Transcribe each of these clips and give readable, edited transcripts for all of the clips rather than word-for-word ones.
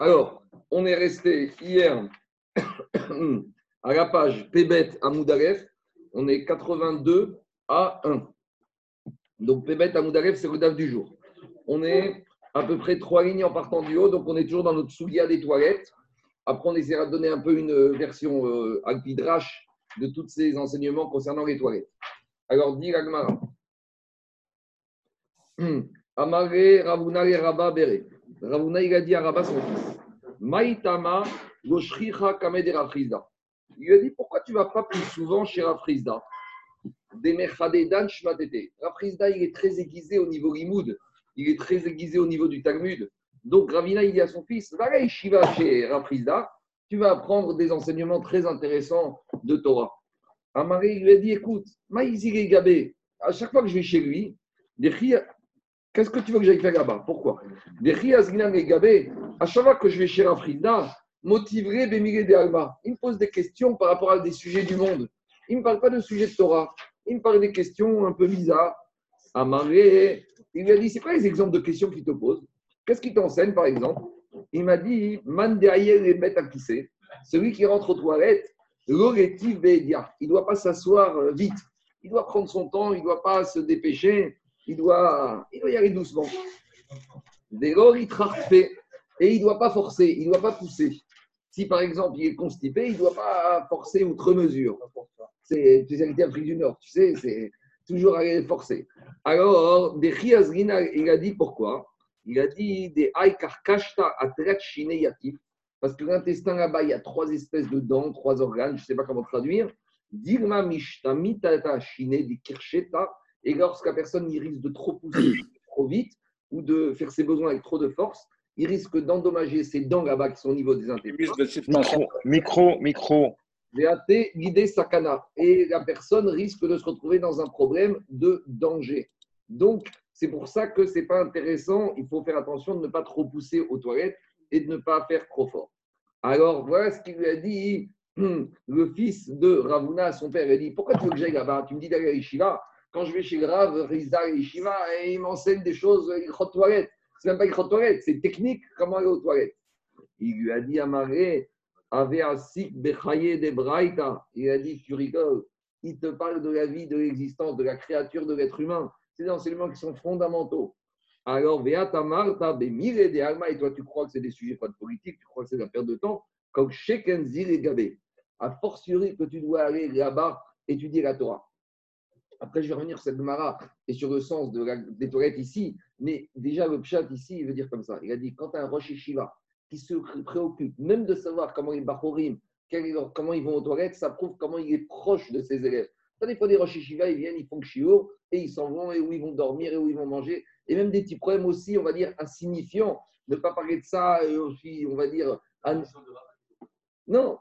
Alors, on est resté hier à la page Pébet Amoud Aleph. On est 82 à 1. Donc, Pébet Amoud Aleph, c'est le DAF du jour. On est à peu près 3 lignes en partant du haut. Donc, on est toujours dans notre Sougia des toilettes. Après, on essaiera de donner un peu une version Alpidrash de tous ces enseignements concernant les toilettes. Alors, dit l'Agmara. Amare Ravuna et Rabba Bere. Ravuna, il a dit à Rabba, son fils, Maïtama Goshricha Kamed et Rafrizda. Il lui a dit, pourquoi tu ne vas pas plus souvent chez Rafrizda? Demechade Shmatete. Rafrizda, il est très aiguisé au niveau Limoud. Il est très aiguisé au niveau du Talmud. Donc, Ravina, il dit à son fils, va là, Shiva chez Rafrizda, tu vas apprendre des enseignements très intéressants de Torah. Amare, il lui a dit, écoute, Maïzire Gabé, à chaque fois que je vais chez lui, qu'est-ce que tu veux que j'aille faire là-bas? Pourquoi? À chaque fois que je vais chez Rafrizda, motiverai Bémiré de Alma. Il me pose des questions par rapport à des sujets du monde. Il ne me parle pas de sujets de Torah. Il me parle des questions un peu bizarres. Amaré, il lui a dit, c'est quoi les exemples de questions qu'il te pose? Qu'est-ce qu'il t'enseigne, par exemple? Il m'a dit, man derrière les bêtes à pisser, celui qui rentre aux toilettes, l'oretif bédia. Il ne doit pas s'asseoir vite. Il doit prendre son temps, il ne doit pas se dépêcher, il doit y aller doucement. Des et il ne doit pas forcer, il ne doit pas pousser. Si par exemple il est constipé, il ne doit pas forcer outre mesure. C'est spécialité Afrique du Nord, tu sais, c'est toujours aller forcer. Alors, des Chiazrina, il a dit pourquoi? Il a dit des Aikarkashta Atratchineyatif, parce que l'intestin là-bas, il y a 3 espèces de dents, 3 organes, je ne sais pas comment traduire. Dirma Mishta Mitata Shine di Kircheta, et lorsqu'la personne il risque de trop pousser trop vite ou de faire ses besoins avec trop de force, il risque d'endommager ses dents là-bas qui sont au niveau des intestins. Micro. Guidé sakana. Et la personne risque de se retrouver dans un problème de danger. Donc, c'est pour ça que ce n'est pas intéressant. Il faut faire attention de ne pas trop pousser aux toilettes et de ne pas faire trop fort. Alors, voilà ce qu'il lui a dit le fils de Ravuna à son père. Il a dit, pourquoi tu veux que j'aille là-bas? Tu me dis d'aller à Yeshiva. Quand je vais chez Rav, Rizda et Yeshiva, il m'enseigne des choses, il crotte toilette. Ce n'est même pas il crotte toilette, c'est technique, comment aller aux toilettes. Il lui a dit à Maré, il a dit, tu rigoles, il te parle de la vie, de l'existence, de la créature de l'être humain. C'est des enseignements qui sont fondamentaux. Alors, et toi, tu crois que c'est des sujets pas de politique, tu crois que c'est de la perte de temps, comme Shekenzil et Gabé. A fortiori que tu dois aller là-bas étudier la Torah. Après, je vais revenir sur cette Gemara et sur le sens des toilettes ici, mais déjà, le pshat ici, il veut dire comme ça. Il a dit, quand tu as un Rosh Yeshiva qui se préoccupe même de savoir comment les Bachorim, comment ils vont aux toilettes, ça prouve comment il est proche de ses élèves. Des fois, des Rosh Yeshiva, ils viennent, ils font le shiur et ils s'en vont, et où ils vont dormir, et où ils vont manger. Et même des petits problèmes aussi, on va dire, insignifiants. Ne pas parler de ça, et aussi, on va dire. Non.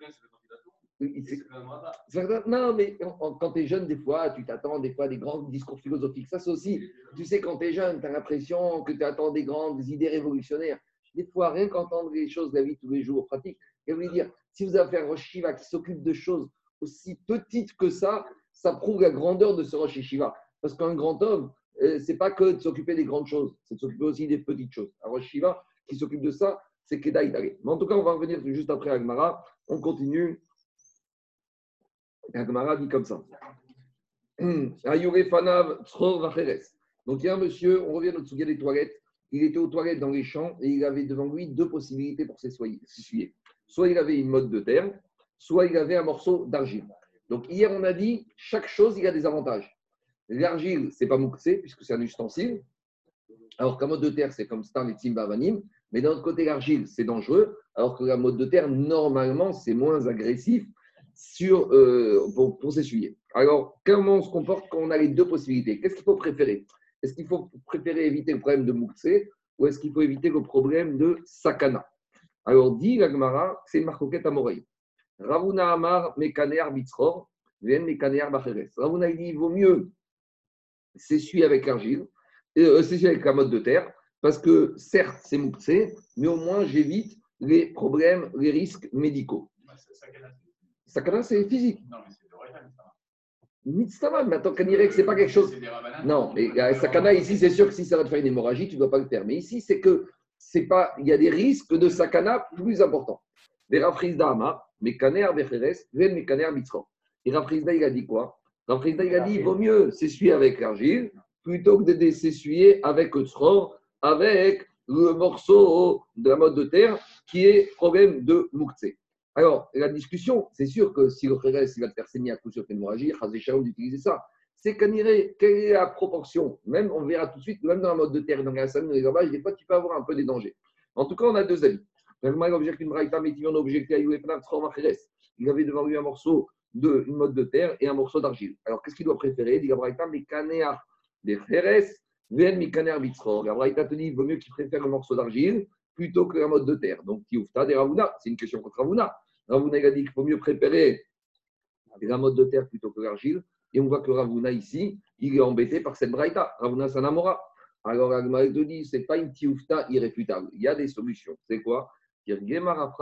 Non, mais quand tu es jeune, des fois, tu t'attends des fois à des grands discours philosophiques. Ça, c'est aussi, tu sais, quand tu es jeune, tu as l'impression que tu attends des grandes idées révolutionnaires. Des fois, rien qu'entendre les choses de la vie de tous les jours pratiques. Et vous dire, si vous avez fait un Rosh Shiva qui s'occupe de choses aussi petites que ça prouve la grandeur de ce Rosh Shiva. Parce qu'un grand homme, c'est pas que de s'occuper des grandes choses, c'est de s'occuper aussi des petites choses. Un Rosh Shiva qui s'occupe de ça, c'est Kedaï d'aller. Mais en tout cas, on va revenir juste après Agmara. On continue. Agmara dit comme ça. Donc, il y a un monsieur, on revient à notre sujet des toilettes. Il était aux toilettes dans les champs et il avait devant lui 2 possibilités pour s'essuyer. Soit il avait une motte de terre, soit il avait un morceau d'argile. Donc, hier, on a dit, chaque chose, il a des avantages. L'argile, ce n'est pas mouxé, puisque c'est un ustensile. Alors qu'un motte de terre, c'est comme Stan et Timba Vanim. Mais d'un autre côté, l'argile, c'est dangereux. Alors que la motte de terre, normalement, c'est moins agressif pour s'essuyer. Alors, comment on se comporte quand on a les 2 possibilités? Qu'est-ce qu'il faut préférer? Est-ce qu'il faut préférer éviter le problème de mouxé ou est-ce qu'il faut éviter le problème de sakana? Alors, dit la Gemara, c'est une marcoquette à Moreille. Ravuna Amar, Mekaner Bitzror, Ven Mekaner Bacheres. Ravuna, il dit il vaut mieux s'essuyer avec l'argile, s'essuyer avec la motte de terre, parce que certes, c'est mouxé, mais au moins j'évite les problèmes, les risques médicaux. Sakana, c'est physique. Non, mais c'est de Royan, ça. Mitzvah, mais attends, Kanirek, c'est pas quelque chose. Non, mais Sakana, ici, c'est sûr que si ça va te faire une hémorragie, tu ne dois pas le faire. Mais ici, c'est que il y a des risques de sakana plus importants. Et Rav Hizda, il a dit quoi? Rav Hizda, il a dit il vaut mieux s'essuyer avec l'argile plutôt que de s'essuyer avec le tzror, avec le morceau de la motte de terre qui est problème de mouktsé. Alors, la discussion, c'est sûr que si le Kheres va te faire saigner à coup sur l'hémorragie, Chazé Shalom d'utiliser ça. C'est quelle est la proportion? Même, on verra tout de suite, même dans la motte de terre, dans la salle, dans les herbages, des fois, tu peux avoir un peu des dangers. En tout cas, on a deux avis. Il avait devant lui un morceau une motte de terre et un morceau d'argile. Alors, qu'est-ce qu'il doit préférer? Il dit Gabraïta, mais Kanéa des Kheres, Ven Mikaner Bitzror. Gabraïta te dit il vaut mieux qu'il préfère le morceau d'argile plutôt que la motte de terre. Donc, Tioufta des Ravuna, c'est une question contre Ravuna. Ravuna, il a dit qu'il faut mieux préférer la motte de terre plutôt que l'argile. Et on voit que Ravuna, ici, il est embêté par cette braïta. Ravuna Sanamora. Alors, Agma te dit, ce n'est pas une tioufta irréfutable. Il y a des solutions. C'est quoi? Ici,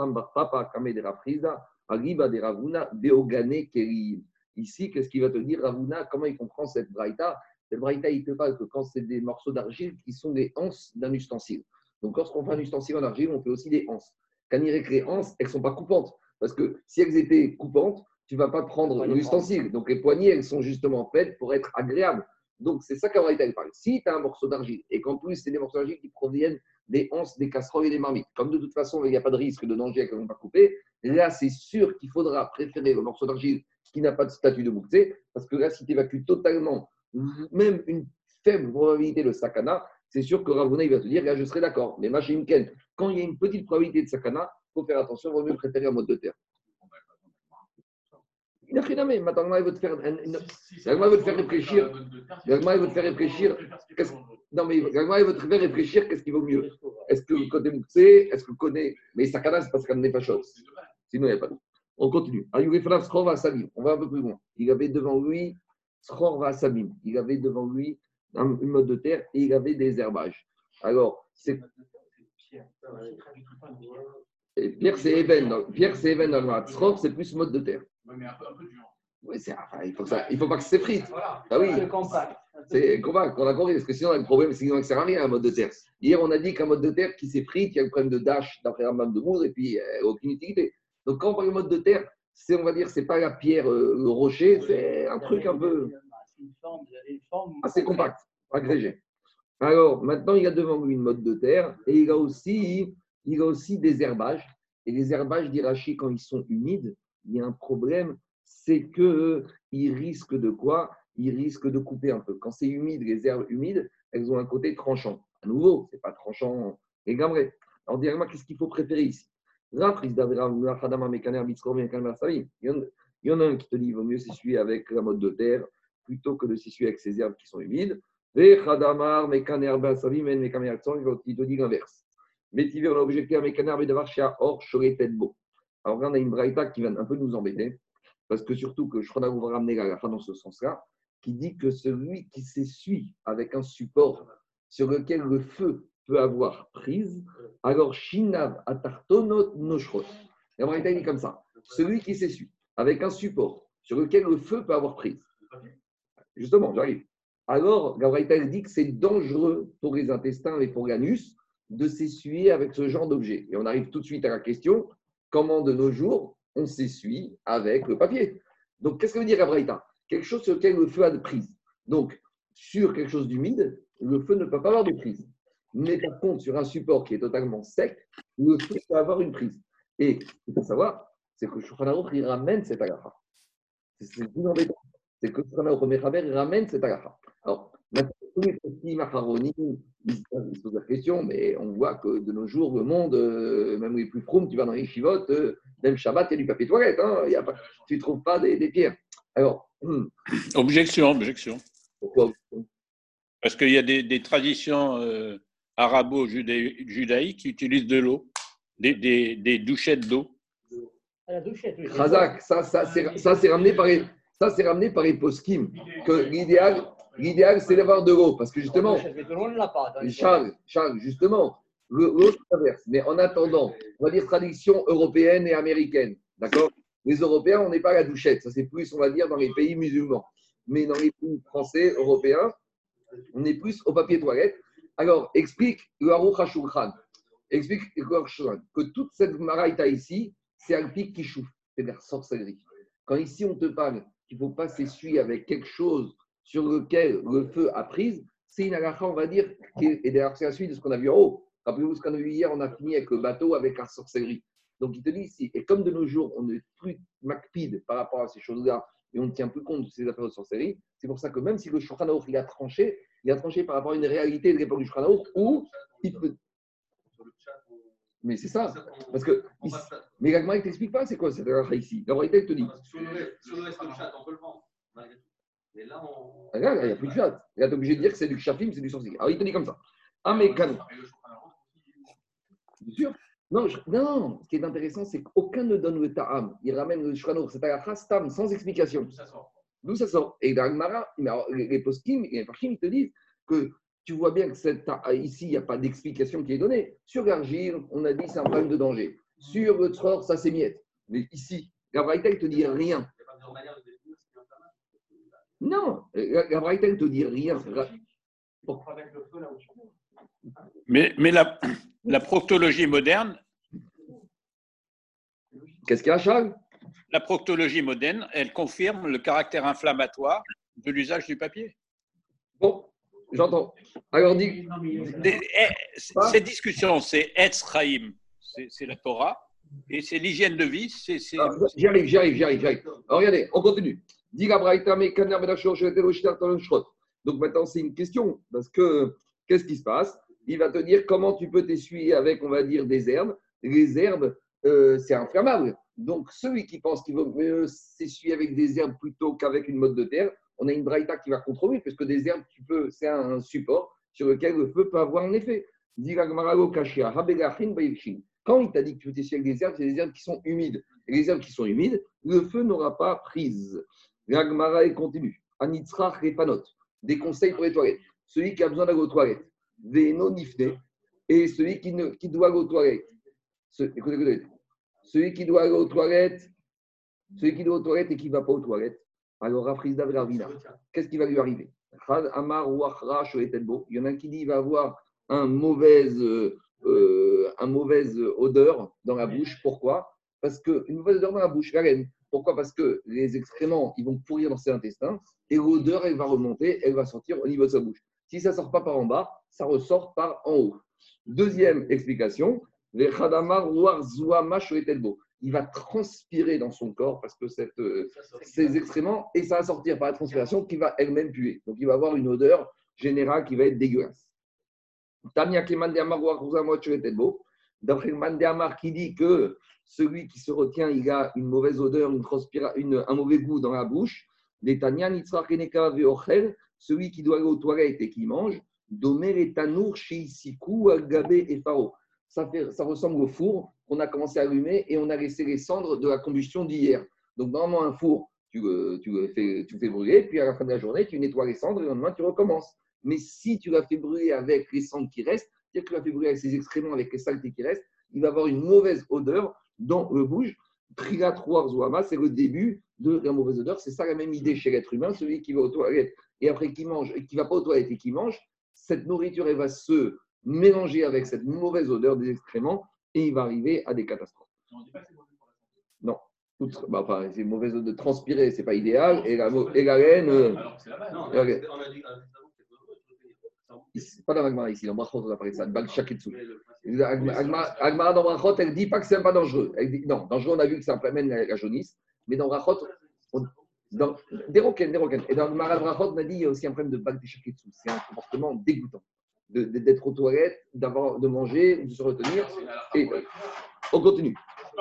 qu'est-ce qu'il va te dire, Ravuna? Comment il comprend cette braïta? Cette braïta, il te parle que quand c'est des morceaux d'argile qui sont des anses d'un ustensile. Donc, lorsqu'on fait un ustensile en argile, on fait aussi des anses. Quand il y a les anses, elles ne sont pas coupantes. Parce que si elles étaient coupantes, tu ne vas pas prendre l'ustensile. Donc, les poignées, elles sont justement faites pour être agréables. Donc, c'est ça qu'Abraïta parle. Si tu as un morceau d'argile, et qu'en plus, c'est des morceaux d'argile qui proviennent des anses, des casseroles et des marmites, comme de toute façon, il n'y a pas de risque de danger qu'elles ne vont pas couper, là, c'est sûr qu'il faudra préférer le morceau d'argile qui n'a pas de statut de mouktsé, parce que là, si tu évacues totalement, même une faible probabilité de sakana, c'est sûr que Ravuna, il va te dire, là, je serai d'accord. Mais Machimken, quand il y a une petite probabilité de sakana, il faut faire attention, il vaut mieux préférer un mode de terre. Maintenant, il veut te faire réfléchir. Gagma, il veut te faire réfléchir. Non, mais Gagma, il veut te faire réfléchir. Qu'est-ce qui vaut mieux? Est-ce que le côté Mouktsé? Est-ce que le côté. Mais Sakana, c'est parce qu'il n'est pas chose. Sinon, il n'y a pas de. On continue. On va un peu plus loin. Il avait devant lui Il avait devant lui une motte de terre et il avait des herbages. Alors, c'est. Pierre, c'est Eben. Pierre, c'est Eben dans le Tzror, c'est plus mode de terre. Oui, mais un peu dur. Oui, il faut pas que ça s'effrite. Voilà. Ah oui. C'est compact. C'est compact, on a compris, parce que sinon, le problème, c'est qu'il ne sert à rien un mode de terre. Hier, on a dit qu'un mode de terre qui s'effrite, il y a le problème de dash, d'après un de moudre, et puis aucune utilité. Donc, quand on parle de mode de terre, c'est, on va dire, c'est pas la pierre, le rocher, c'est un truc un peu assez compact, agrégé. Alors, maintenant, il a devant lui une mode de terre, et il a aussi des herbages. Et les herbages d'Irachi, quand ils sont humides, il y a un problème, c'est qu'ils risquent de quoi? Ils risquent de couper un peu. Quand c'est humide, les herbes humides, elles ont un côté tranchant. À nouveau, ce n'est pas tranchant et gambré. Alors, directement, qu'est-ce qu'il faut préférer ici? Il y en a un qui te dit qu'il vaut mieux s'essuyer avec la mode de terre plutôt que de s'essuyer avec ces herbes qui sont humides. Il te dit l'inverse. Mais on a objecté à Mekanar et d'avoir chez Or, Choret, tête beau. Alors là, on a une braïta qui vient un peu nous embêter, parce que surtout que Shona vous va ramener à la fin dans ce sens-là, qui dit que celui qui s'essuie avec un support sur lequel le feu peut avoir prise, alors Shinav atartonot noshrot. La braïta dit comme ça, celui qui s'essuie avec un support sur lequel le feu peut avoir prise. Justement, j'arrive. Alors, la braïta dit que c'est dangereux pour les intestins et pour l'anus de s'essuyer avec ce genre d'objet. Et on arrive tout de suite à la question, comment de nos jours on s'essuie avec le papier? Donc, qu'est-ce que veut dire la braïta? Quelque chose sur lequel le feu a de prise. Donc, sur quelque chose d'humide, le feu ne peut pas avoir de prise. Mais par contre, sur un support qui est totalement sec, le feu peut avoir une prise. Et il faut savoir, c'est que Shulchan Aruch, il ramène cette agacha. C'est plus embêtant. C'est que Shulchan Aruch, il ramène cette agacha. Alors, maintenant, tous les petits macaronis, ils se posent la question, mais on voit que de nos jours, le monde, même les plus froums, tu vas dans les chivotes, même Shabbat, il y a du papier toilette. Hein, tu ne trouves pas des pierres. Alors, Objection. Pourquoi? Parce qu'il y a des traditions arabo-judaïques qui utilisent de l'eau, des douchettes d'eau. À la douchette, oui. Razak, ça c'est ramené par les poskim, que l'idéal c'est d'avoir de l'eau, parce que justement, Charles, justement, l'eau traverse. Mais en attendant, on va dire tradition européenne et américaine, d'accord? Les Européens, on n'est pas à la douchette, ça c'est plus, on va dire, dans les pays musulmans. Mais dans les pays français, européens, on est plus au papier toilette. Alors, explique le Aruch HaShulchan. Explique que toute cette maraïta ici, c'est un pic qui chouffe, c'est de la sorcellerie. Quand ici on te parle qu'il ne faut pas s'essuyer avec quelque chose sur lequel le feu a prise, c'est une halakha, on va dire, et d'ailleurs c'est la suite de ce qu'on a vu en haut. Rappelez-vous ce qu'on a vu hier, on a fini avec le bateau, avec la sorcellerie. Donc il te dit ici, et comme de nos jours, on est plus macpide par rapport à ces choses-là, et on ne tient plus compte de ces affaires de sorcellerie, c'est pour ça que même si le Shulchan Aruch il a tranché par rapport à une réalité de l'époque du Shulchan Aruch où il peut. Mais c'est ça, parce que. Mais l'Agma, il ne t'explique pas c'est quoi cette halakha ici. La réalité, il te dit. Sur le reste du chat, on peut le vendre, malgré tout. Mais là, on. Là, il n'y a plus de chat. Là, tu es obligé de dire que c'est du kshafim, c'est du sorcier. Alors, il te dit comme ça. Ah, mais canon. Bien sûr. Non, non, ce qui est intéressant, c'est qu'aucun ne donne le ta'am. Il ramène le shkanour, c'est à la tam, sans explication. D'où ça sort. Et dans Agmara, les poskim, les parchim, ils te disent que tu vois bien que ici, il n'y a pas d'explication qui est donnée. Sur l'argile, on a dit c'est un problème de danger. Sur le tror, ça s'émiette. Mais ici, la Braïta, il ne te dit rien. Non, la Braïta, il ne te dit rien. Mais la proctologie moderne, Qu'est-ce qu'il y a, Charles? la proctologie moderne, elle confirme le caractère inflammatoire de l'usage du papier. Bon, j'entends. Alors, dis. Ces discussions, c'est Etz Chaim, c'est la Torah, et c'est l'hygiène de vie. J'y arrive. Alors, regardez, on continue. Dis la Braïta, mais Kaner Bedachor, donc maintenant, c'est une question, parce que qu'est-ce qui se passe? Il va te dire comment tu peux t'essuyer avec, on va dire, des herbes. Les herbes, c'est inflammable. Donc, celui qui pense qu'il vaut mieux s'essuyer avec des herbes plutôt qu'avec une motte de terre, on a une braïta qui va contrôler, parce que des herbes, c'est un support sur lequel le feu peut avoir un effet. Quand il t'a dit que tu peux t'essuyer avec des herbes, c'est des herbes qui sont humides. Et les herbes qui sont humides, le feu n'aura pas prise. L'agmara continue. Anitzrach repanot. Des conseils pour les toilettes. Celui qui a besoin d'aller aux toilettes. Veno nifne. Et celui qui doit aller aux toilettes. Écoutez. Celui qui doit aller aux toilettes et qui ne va pas aux toilettes, alors Rafrizda Vravina, qu'est-ce qui va lui arriver? Il y en a un qui dit qu'il va avoir une mauvaise odeur dans la bouche. Pourquoi? Parce qu'une mauvaise odeur dans la bouche, la laine. Pourquoi? Parce que les excréments, ils vont pourrir dans ses intestins et l'odeur, elle va remonter, elle va sortir au niveau de sa bouche. Si ça ne sort pas par en bas, ça ressort par en haut. Deuxième explication, il va transpirer dans son corps parce que ces excréments, et ça va sortir par la transpiration qui va elle-même puer. Donc il va avoir une odeur générale qui va être dégueulasse. D'après le Mandéamar qui dit que celui qui se retient, il a une mauvaise odeur, un mauvais goût dans la bouche. Celui qui doit aller aux toilettes et qui mange, Domer et Tanour, Shiisiku, Agabé et Faro. Ça ressemble au four qu'on a commencé à allumer et on a laissé les cendres de la combustion d'hier. Donc, normalement, un four, tu fais brûler, puis à la fin de la journée, tu nettoies les cendres et le lendemain, tu recommences. Mais si tu l'as fait brûler avec les cendres qui restent, c'est-à-dire que tu l'as fait brûler avec ses excréments, avec les saletés qui restent, il va avoir une mauvaise odeur dans le bouche. Trilat Zouama, c'est le début de la mauvaise odeur. C'est ça la même idée chez l'être humain, celui qui va aux toilettes et après qui mange, et qui ne va pas aux toilettes et qui mange, cette nourriture, elle va se mélanger avec cette mauvaise odeur des excréments et il va arriver à des catastrophes. On ne dit pas que c'est mauvais pour la santé. Non. C'est mauvaise odeur de transpirer, ce n'est pas idéal. Et la laine. Alors que c'est la base. Non, on a dit c'est pas dans l'Agmara ici, dans Brachot, on a parlé de ça, Bal Shaketsu. Agmara dans Brachot, elle ne dit pas que ce n'est pas dangereux. Elle dit, non, dangereux, on a vu que ça amène la jaunisse. Mais dans Brachot, des roquettes. Et dans le Mara Brachot, on a dit qu'il y a aussi un problème de Bal Shaketsu. C'est un comportement dégoûtant. D'être aux toilettes, de manger, de se retenir. Et on continue.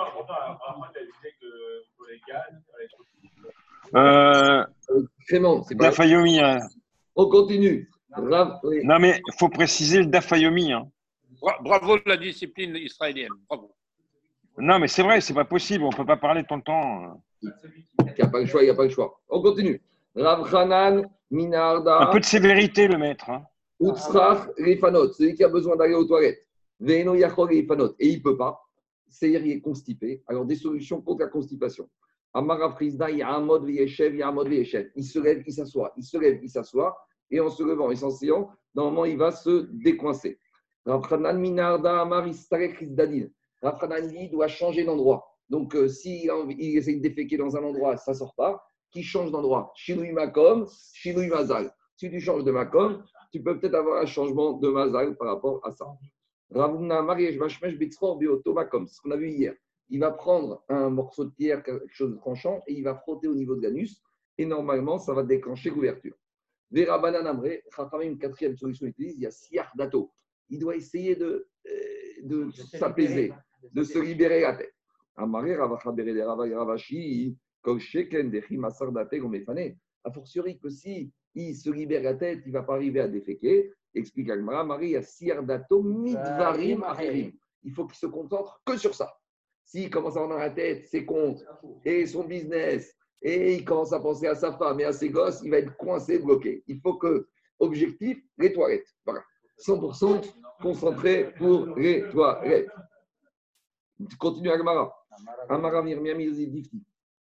Crément, c'est pas. Dafayomi. On continue. Oui. Non, mais il faut préciser le Dafayomi. Bravo la discipline israélienne. Bravo. Non, mais c'est vrai, c'est pas possible. On ne peut pas parler tout le temps. Il n'y a pas le choix. On continue. Rav Hanan, Minarda. Un peu de sévérité, le maître. Utsrach, Rifanot, celui qui a besoin d'aller aux toilettes. Veino Yachol, Rifanot. Et il ne peut pas. C'est-à-dire qu'il est constipé. Alors, des solutions contre la constipation. Amara Frisda, Yamod Vieshev. Il se lève, il s'assoit. Il se lève, il s'assoit. Et en se levant et s'asseyant, normalement, il va se décoincer. Rav Hanan Minarda Amar Istarek Rizdadin. Rav Hanan dit doit changer d'endroit. Donc, s'il il essaie de déféquer dans un endroit, ça ne sort pas, qu'il change d'endroit. Shinui Makom, Shinui Mazal. Si tu changes de Makom, tu peux peut-être avoir un changement de Mazal par rapport à ça. Ravuna Mariège Vashmesh Bitzror Bioto Makom. C'est ce qu'on a vu hier. Il va prendre un morceau de pierre, quelque chose de tranchant, et il va frotter au niveau de l'anus. Et normalement, ça va déclencher l'ouverture. Vera Bananamre, une quatrième solution utilisée, il y a Siar Dato. Il doit essayer de s'apaiser, de se libérer la tête. Amare Ravachabere de Ravashi, Kolsheken, Dechi Masar Date, Gomefane. A fortiori que si il se libère la tête, il ne va pas arriver à déféquer. Explique Agmara, Marie, il y a Siar Dato, Midvarim Acherim. Il faut qu'il se concentre que sur ça. S'il commence à avoir dans la tête ses comptes et son business, et il commence à penser à sa femme et à ses gosses, il va être coincé, bloqué. Il faut que, objectif, les toilettes. Voilà. 100% concentré pour les toilettes. Continue Agmara. Amara Virmiami Difti.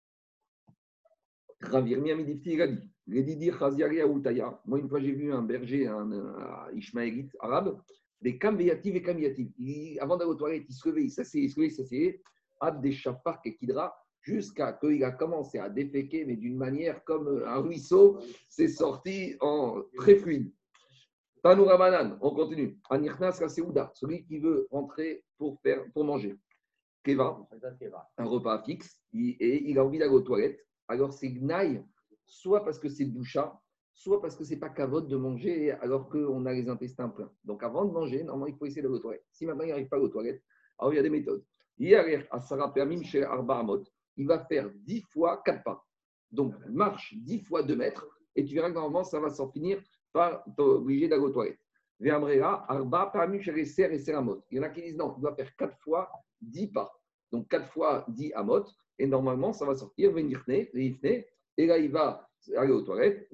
Ravirmiami Difti, il a dit Redidi Chaziari Aoutaya. Moi, une fois, j'ai vu un berger, un Ishmaélite arabe, des Kambeyativ et Kambeyativ. Avant d'aller aux toilettes, il se levait, il s'asseyait, Ad des Shafar Kekidra, jusqu'à qu'il a commencé à déféquer, mais d'une manière comme un ruisseau, c'est sorti en très fluide. Tanoura Banan, on continue. Anirnas Raseouda, celui qui veut rentrer pour manger. Keva, un repas fixe, et il a envie d'aller aux toilettes. Alors c'est Gnaï, soit parce que c'est doucha, soit parce que c'est pas cavote de manger alors qu'on a les intestins pleins. Donc avant de manger, normalement, il faut essayer d'aller aux toilettes. Si maintenant il n'arrive pas aux toilettes, alors il y a des méthodes. Hier, à Sarah Permim chez Arba Amot, il va faire 10 fois 4 pas. Donc, marche 10 fois 2 mètres et tu verras que normalement, ça va s'en finir par t'obliger d'aller aux toilettes. Véamrera, Arba, Parmi chez les serres et Seramot. Il y en a qui disent non, il doit faire 4 fois 10 pas. Donc, 4 fois 10 amot. Et normalement, ça va sortir, et là, il va aller aux toilettes,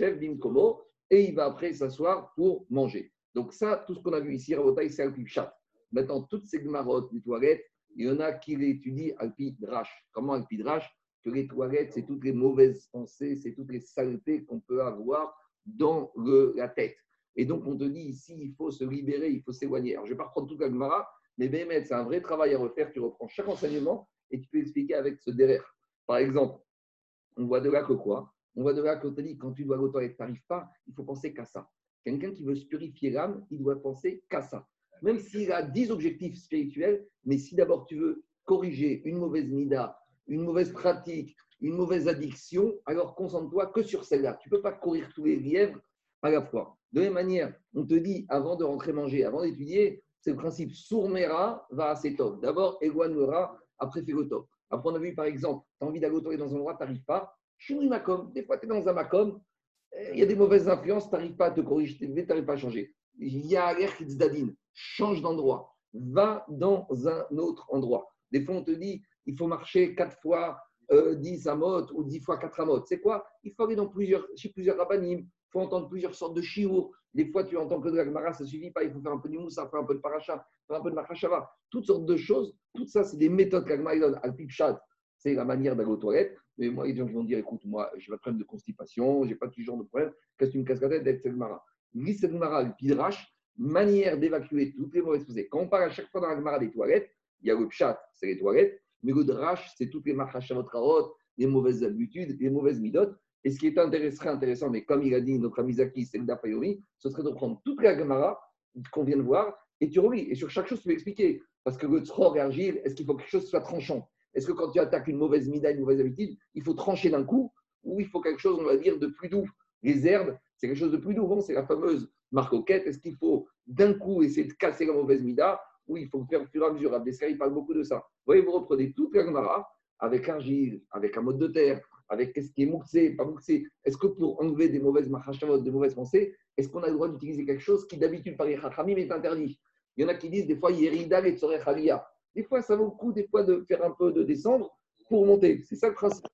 et il va après s'asseoir pour manger. Donc, ça, tout ce qu'on a vu ici, Rabotai, c'est Alpi-Chat. Maintenant, toutes ces gmarottes des toilettes, il y en a qui l'étudient Alpi-Drash. Comment Alpi-Drash? Que les toilettes, c'est toutes les mauvaises pensées, c'est toutes les saletés qu'on peut avoir dans la tête. Et donc, on te dit ici, il faut se libérer, il faut s'éloigner. Alors, je ne vais pas reprendre toute la Gemara, mais Béhémet, c'est un vrai travail à refaire. Tu reprends chaque enseignement et tu peux expliquer avec ce derrière. Par exemple, on voit de là que quoi? On voit de là que tu dit, quand tu dois aller aux toilettes, tu n'arrives pas, il faut penser qu'à ça. Quelqu'un qui veut se purifier l'âme, il doit penser qu'à ça. Même s'il a 10 objectifs spirituels, mais si d'abord tu veux corriger une mauvaise mida, une mauvaise pratique, une mauvaise addiction, alors concentre-toi que sur celle-là. Tu ne peux pas courir tous les lièvres à la fois. De la même manière, on te dit, avant de rentrer manger, avant d'étudier, c'est le principe sourmera va assez top. D'abord, éloignera, après fais le top. Après, on a vu par exemple, tu as envie d'aller au toilette dans un endroit, tu n'arrives pas. Chez Makom, des fois tu es dans un Makom, il y a des mauvaises influences, tu n'arrives pas à te corriger, tu n'arrives pas à changer. Il y a l'air qui te dadine, change d'endroit, va dans un autre endroit. Des fois, on te dit, il faut marcher 4 fois 10 amot ou 10 fois 4 amot. C'est quoi? Il faut aller chez plusieurs rabbanim, il faut entendre plusieurs sortes de chiours. Des fois, tu entends que de la Gemara, ça ne suffit pas. Il faut faire un peu du moussa, faire un peu de paracha, faire un peu de machashava. Toutes sortes de choses. Tout ça, c'est des méthodes que la Gemara donne. Al-Pipchat, c'est la manière d'aller aux toilettes. Mais moi, il y a des gens qui vont dire écoute, moi, je n'ai pas de problème de constipation, je n'ai pas tout ce genre de problème. Qu'est-ce que tu me casses la tête d'être cette Gemara? Lis cette Gemara, le pidrash, manière d'évacuer toutes les mauvaises pensées. Quand on parle à chaque fois dans la Gemara des toilettes, il y a le pshat, c'est les toilettes. Mais le drash, c'est toutes les machashavot, les mauvaises habitudes, les mauvaises midotes. Et ce qui est intéressant, mais comme il a dit notre ami Zaki, c'est le Dafayomi, ce serait de prendre toute la Gemara qu'on vient de voir et tu relis. Et sur chaque chose, tu peux expliquer. Parce que le tzror et argile, est-ce qu'il faut que quelque chose soit tranchant? Est-ce que quand tu attaques une mauvaise mida, une mauvaise habitude, il faut trancher d'un coup ou il faut quelque chose, on va dire, de plus doux? Les herbes, c'est quelque chose de plus doux. Bon, c'est la fameuse marcoquette. Est-ce qu'il faut d'un coup essayer de casser la mauvaise mida ou il faut le faire au fur et à mesure? Abdesca, il parle beaucoup de ça. Vous voyez, vous reprenez toute la Gemara avec argile, avec un mode de terre, avec ce qui est mouxé, pas mouxé. Est-ce que pour enlever des mauvaises machashavot, des mauvaises pensées, est-ce qu'on a le droit d'utiliser quelque chose qui d'habitude par les chachamim est interdit? Il y en a qui disent des fois yérida et tzorech aliyah. Des fois ça vaut le coup des fois de faire un peu de descendre pour monter. C'est ça le principe.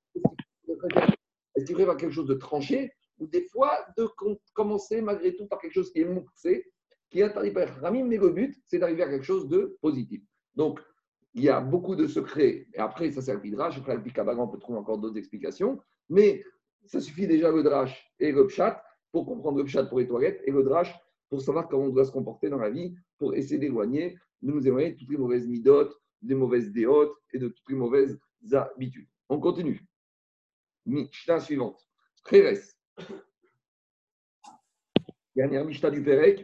Est-ce qu'il faut faire quelque chose de tranché ou des fois de commencer malgré tout par quelque chose qui est mouxé, qui est interdit par les chachamim, mais le but c'est d'arriver à quelque chose de positif. Donc il y a beaucoup de secrets. Et après, ça, c'est le Midrash. Après, le Pikabagan, on peut trouver encore d'autres explications. Mais ça suffit déjà le Drash et le Pshat pour comprendre le Pshat pour les toilettes et le Drash pour savoir comment on doit se comporter dans la vie, pour essayer d'éloigner, de nous éloigner de toutes les mauvaises midotes, des mauvaises déotes et de toutes les mauvaises habitudes. On continue. Mishnah suivante. Kheres. Dernière Mishnah du Pérec.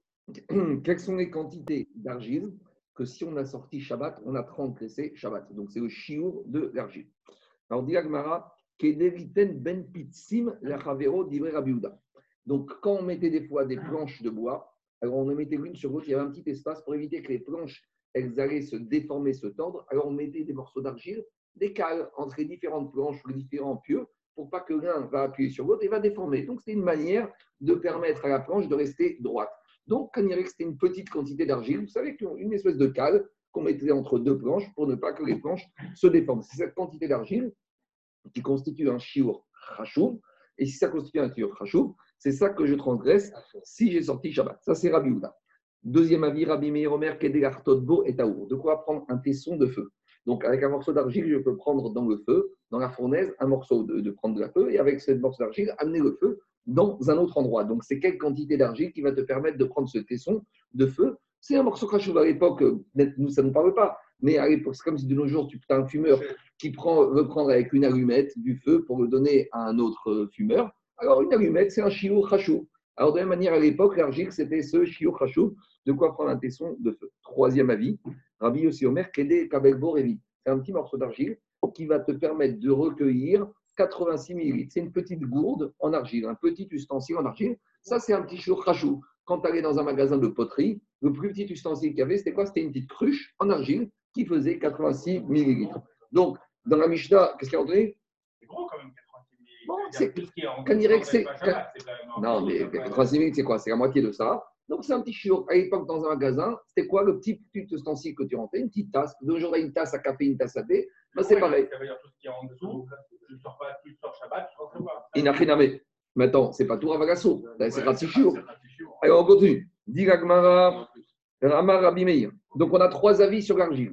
Quelles sont les quantités d'argile que si on a sorti Shabbat, on a transgressé Shabbat. Donc c'est le chiour de l'argile. Alors dit Agmara, Kederiten ben pitsim lachavero divrei Rabbi Yehuda. Donc quand on mettait des fois des planches de bois, alors on en mettait l'une sur l'autre, il y avait un petit espace pour éviter que les planches elles allaient se déformer, se tordre. Alors on mettait des morceaux d'argile, des cales entre les différentes planches ou les différents pieux pour pas que l'un va appuyer sur l'autre et va déformer. Donc c'était une manière de permettre à la planche de rester droite. Donc, quand il y avait que c'était une petite quantité d'argile, vous savez qu'une espèce de cale qu'on mettait entre deux planches pour ne pas que les planches se déforment. C'est cette quantité d'argile qui constitue un shiur chashuv. Et si ça constitue un shiur chashuv, c'est ça que je transgresse si j'ai sorti Shabbat. Ça, c'est Rabbi Yehuda. Deuxième avis, Rabbi Meir Omer, Kedegach Totbo et Taour. De quoi prendre un tesson de feu. Donc, avec un morceau d'argile, je peux prendre dans le feu, dans la fournaise, un morceau de prendre de la feu, et avec ce morceau d'argile, amener le feu dans un autre endroit. Donc, c'est quelle quantité d'argile qui va te permettre de prendre ce tesson de feu. C'est un morceau chashuv à l'époque, nous, ça ne nous parle pas, mais à l'époque, c'est comme si de nos jours, tu as un fumeur qui veut prendre avec une allumette du feu pour le donner à un autre fumeur. Alors, une allumette, c'est un shiur chashuv. Alors, de la même manière, à l'époque, l'argile, c'était ce shiur chashuv, de quoi prendre un tesson de feu. Troisième avis, Rabbi Yossi Omer, Kede Kabelbo Revi. C'est un petit morceau d'argile qui va te permettre de recueillir 86 millilitres. C'est une petite gourde en argile, un petit ustensile en argile. Ça, c'est un petit shiur chashuv. Quand tu allais dans un magasin de poterie, le plus petit ustensile qu'il y avait, c'était quoi? C'était une petite cruche en argile qui faisait 86 millilitres. Donc, dans la Mishnah, qu'est-ce qu'il y a entré? C'est gros quand même, 86 millilitres. Bon, C'est tout ce qui est en quand il dirait que c'est. quand même. Non, mais 86 millilitres, c'est quoi? C'est la moitié de ça. Donc, c'est un petit shiur. À l'époque, dans un magasin, c'était quoi le petit ustensile que tu rentrais? Une petite tasse. D'aujourd'hui, une tasse à café, une tasse à thé. Ben, c'est pareil. Ça veut dire tout ce qui est en dessous. Tu ne sors Shabbat, tu ne rentres pas. Inachiname. Maintenant, c'est pas tout Ravagasso. C'est un petit shiur. Alors, on continue. Dit Gagmara, Rama Rabbi Meir. Donc, on a trois avis sur l'argile.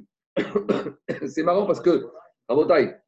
C'est marrant parce que, Rabotai,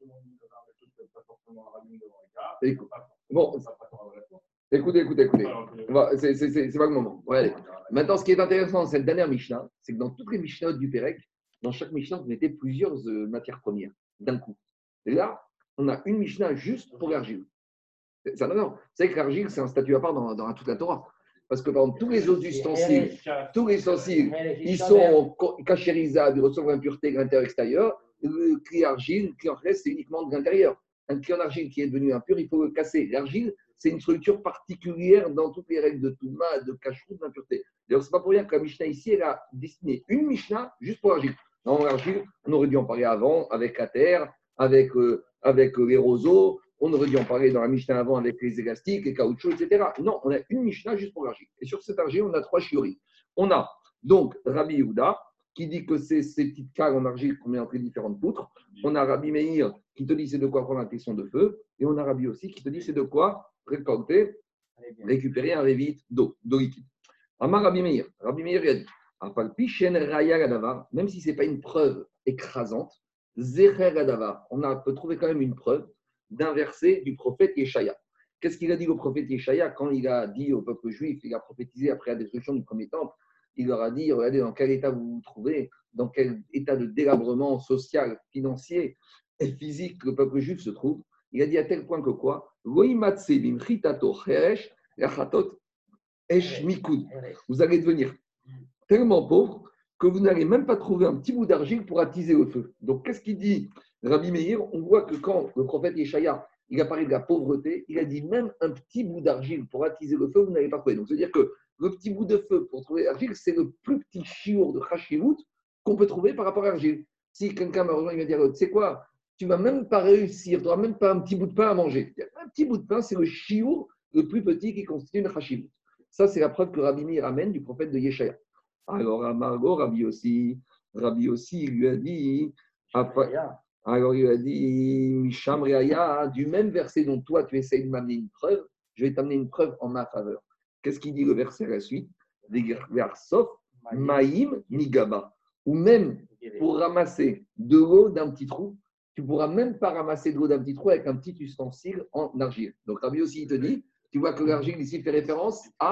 bon, écoutez. C'est pas le moment. Ouais, maintenant, ce qui est intéressant dans cette dernière Mishnah, c'est que dans toutes les Mishnahs du Pérec, dans chaque Mishnah, vous mettez plusieurs matières premières d'un coup. Et là, on a une Mishnah juste pour l'argile. Non. Vous savez que l'argile, c'est un statut à part dans toute la Torah. Parce que, par exemple, tous les autres ustensiles, ils sont cachérisables, ils reçoivent l'impureté de l'intérieur et extérieur. Le clé argile, le clé en reste, c'est uniquement de l'intérieur. Un clé en argile qui est devenu impur, il faut le casser. L'argile, c'est une structure particulière dans toutes les règles de Touma, de Kashrut, d'impureté. D'ailleurs, ce n'est pas pour rien que la Mishnah ici, elle a dessiné une Mishnah juste pour l'argile. Dans l'argile, on aurait dû en parler avant, avec la terre, avec les roseaux. On aurait dû en parler dans la Mishnah avant avec les élastiques, les caoutchoucs, etc. Non, on a une Mishnah juste pour l'argile. Et sur cette argile, on a trois shiurim. On a donc Rabbi Yehuda, qui dit que c'est ces petites cales en argile qu'on met entre les différentes poutres. On a Rabbi Meir, qui te dit c'est de quoi prendre un tesson de feu. Et on a Rabbi aussi, qui te dit c'est de quoi récupérer un révite d'eau liquide. Amar Rabbi Meir, il a dit même si ce n'est pas une preuve écrasante, Zecher Adavar, on peut trouver quand même une preuve d'un verset du prophète Yeshaya. Qu'est-ce qu'il a dit au prophète Yeshaya quand il a dit au peuple juif, il a prophétisé après la destruction du premier temple, il leur a dit, regardez dans quel état vous vous trouvez, dans quel état de délabrement social, financier et physique le peuple juif se trouve. Il a dit à tel point que quoi? Vous allez devenir tellement pauvre que vous n'allez même pas trouver un petit bout d'argile pour attiser le feu. Donc, qu'est-ce qu'il dit Rabbi Meir? On voit que quand le prophète Yeshaya, il a parlé de la pauvreté, il a dit même un petit bout d'argile pour attiser le feu, vous n'allez pas trouver. Donc, c'est-à-dire que le petit bout de feu pour trouver l'argile, c'est le plus petit chiour de Chashivut qu'on peut trouver par rapport à l'argile. Si quelqu'un m'a rejoint, il va dire, tu sais quoi, tu ne vas même pas réussir, tu n'auras même pas un petit bout de pain à manger. Un petit bout de pain, c'est le chiour le plus petit qui constitue une Chashivut. Ça, c'est la preuve que Rabbi Meir amène du prophète de Yeshaya. Alors, à Margot, Rabbi aussi, il lui a dit, alors il a dit, Misham Reaya, du même verset dont toi tu essayes de m'amener une preuve, je vais t'amener une preuve en ma faveur. Qu'est-ce qu'il dit le verset à la suite? Sauf Maïm Migaba. Ou même pour ramasser de l'eau d'un petit trou, tu ne pourras même pas ramasser de l'eau d'un petit trou avec un petit ustensile en argile. Donc Rabbi aussi, il te dit, tu vois que l'argile ici fait référence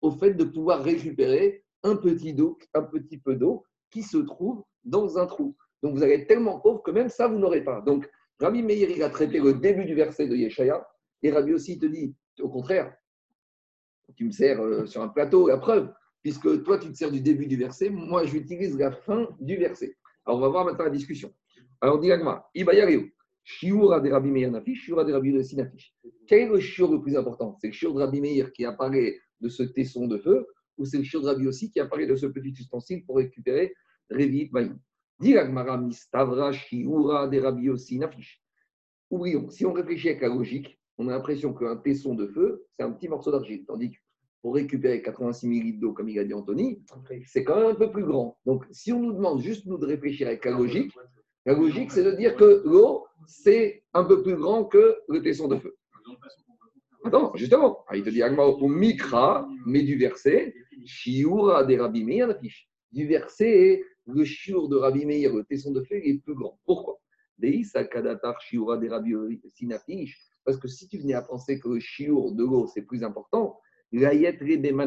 au fait de pouvoir récupérer un petit peu d'eau qui se trouve dans un trou. Donc vous allez être tellement pauvre que même ça, vous n'aurez pas. Donc Rabbi Meir, il a traité le début du verset de Yeshaya, et Rabbi aussi te dit, au contraire, tu me sers sur un plateau, la preuve, puisque toi, tu te sers du début du verset, moi, j'utilise la fin du verset. Alors, on va voir maintenant la discussion. Alors, dit l'agma, Ibayareu, Shiura de Rabbi Meir Nafish, Shiura de Rabbi Yossi Nafish. Quel est le shiur le plus important? C'est le shiur de Rabbi Meir qui apparaît de ce tesson de feu, ou c'est le shiur de Rabbi Yossi qui apparaît de ce petit ustensile pour récupérer Revit Maïm? Dit l'agma, Mistavra, Shiura de Rabbi Yossi Nafish. Oublions, si on réfléchit avec la logique, on a l'impression qu'un tesson de feu, c'est un petit morceau d'argile. Tandis que pour récupérer 86 ml d'eau, comme il a dit Anthony, c'est quand même un peu plus grand. Donc, si on nous demande juste nous de réfléchir avec la logique, c'est de dire que l'eau, c'est un peu plus grand que le tesson de feu. Attends, justement, il te dit au mikra, mais du verset, shiura des Rabbi Meir Nafish. Du verset, le shiur de Rabbi Meir, le tesson de feu, il est plus grand. Pourquoi? Parce que si tu venais à penser que le shiur de l'eau, c'est plus important, est-ce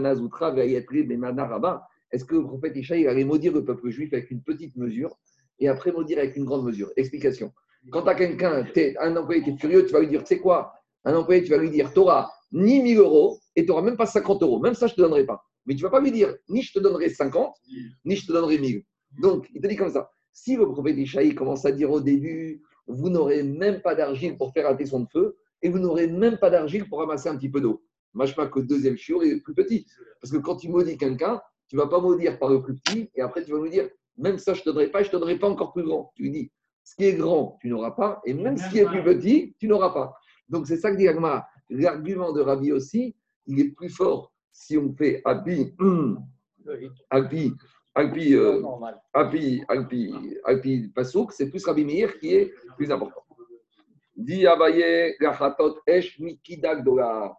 que le prophète Ishaï allait maudire le peuple juif avec une petite mesure et après maudire avec une grande mesure? Explication. Quand tu as quelqu'un, un employé qui est furieux, tu vas lui dire, tu sais quoi? Un employé, tu vas lui dire, tu n'auras ni 1000 euros et tu n'auras même pas 50 euros. Même ça, je ne te donnerai pas. Mais tu ne vas pas lui dire, ni je te donnerai 50, ni je te donnerai 1000. Donc, il te dit comme ça. Si le prophète Ishaï commence à dire au début, vous n'aurez même pas d'argile pour faire un tesson de feu et vous n'aurez même pas d'argile pour ramasser un petit peu d'eau. Mâche-pas que le deuxième shiur est plus petit. Parce que quand tu maudis quelqu'un, tu ne vas pas maudire par le plus petit et après tu vas me dire, même ça, je ne te donnerai pas et je ne te donnerai pas encore plus grand. Tu lui dis, ce qui est grand, tu n'auras pas et même ce qui est plus petit, tu n'auras pas. Donc c'est ça que dit Agma. L'argument de Rabbi aussi, il est plus fort si on fait Alpi Pasouk, c'est plus Rabbi Meir qui est plus important. Dit Abaye, Gachatot Esh Mikidak Dola.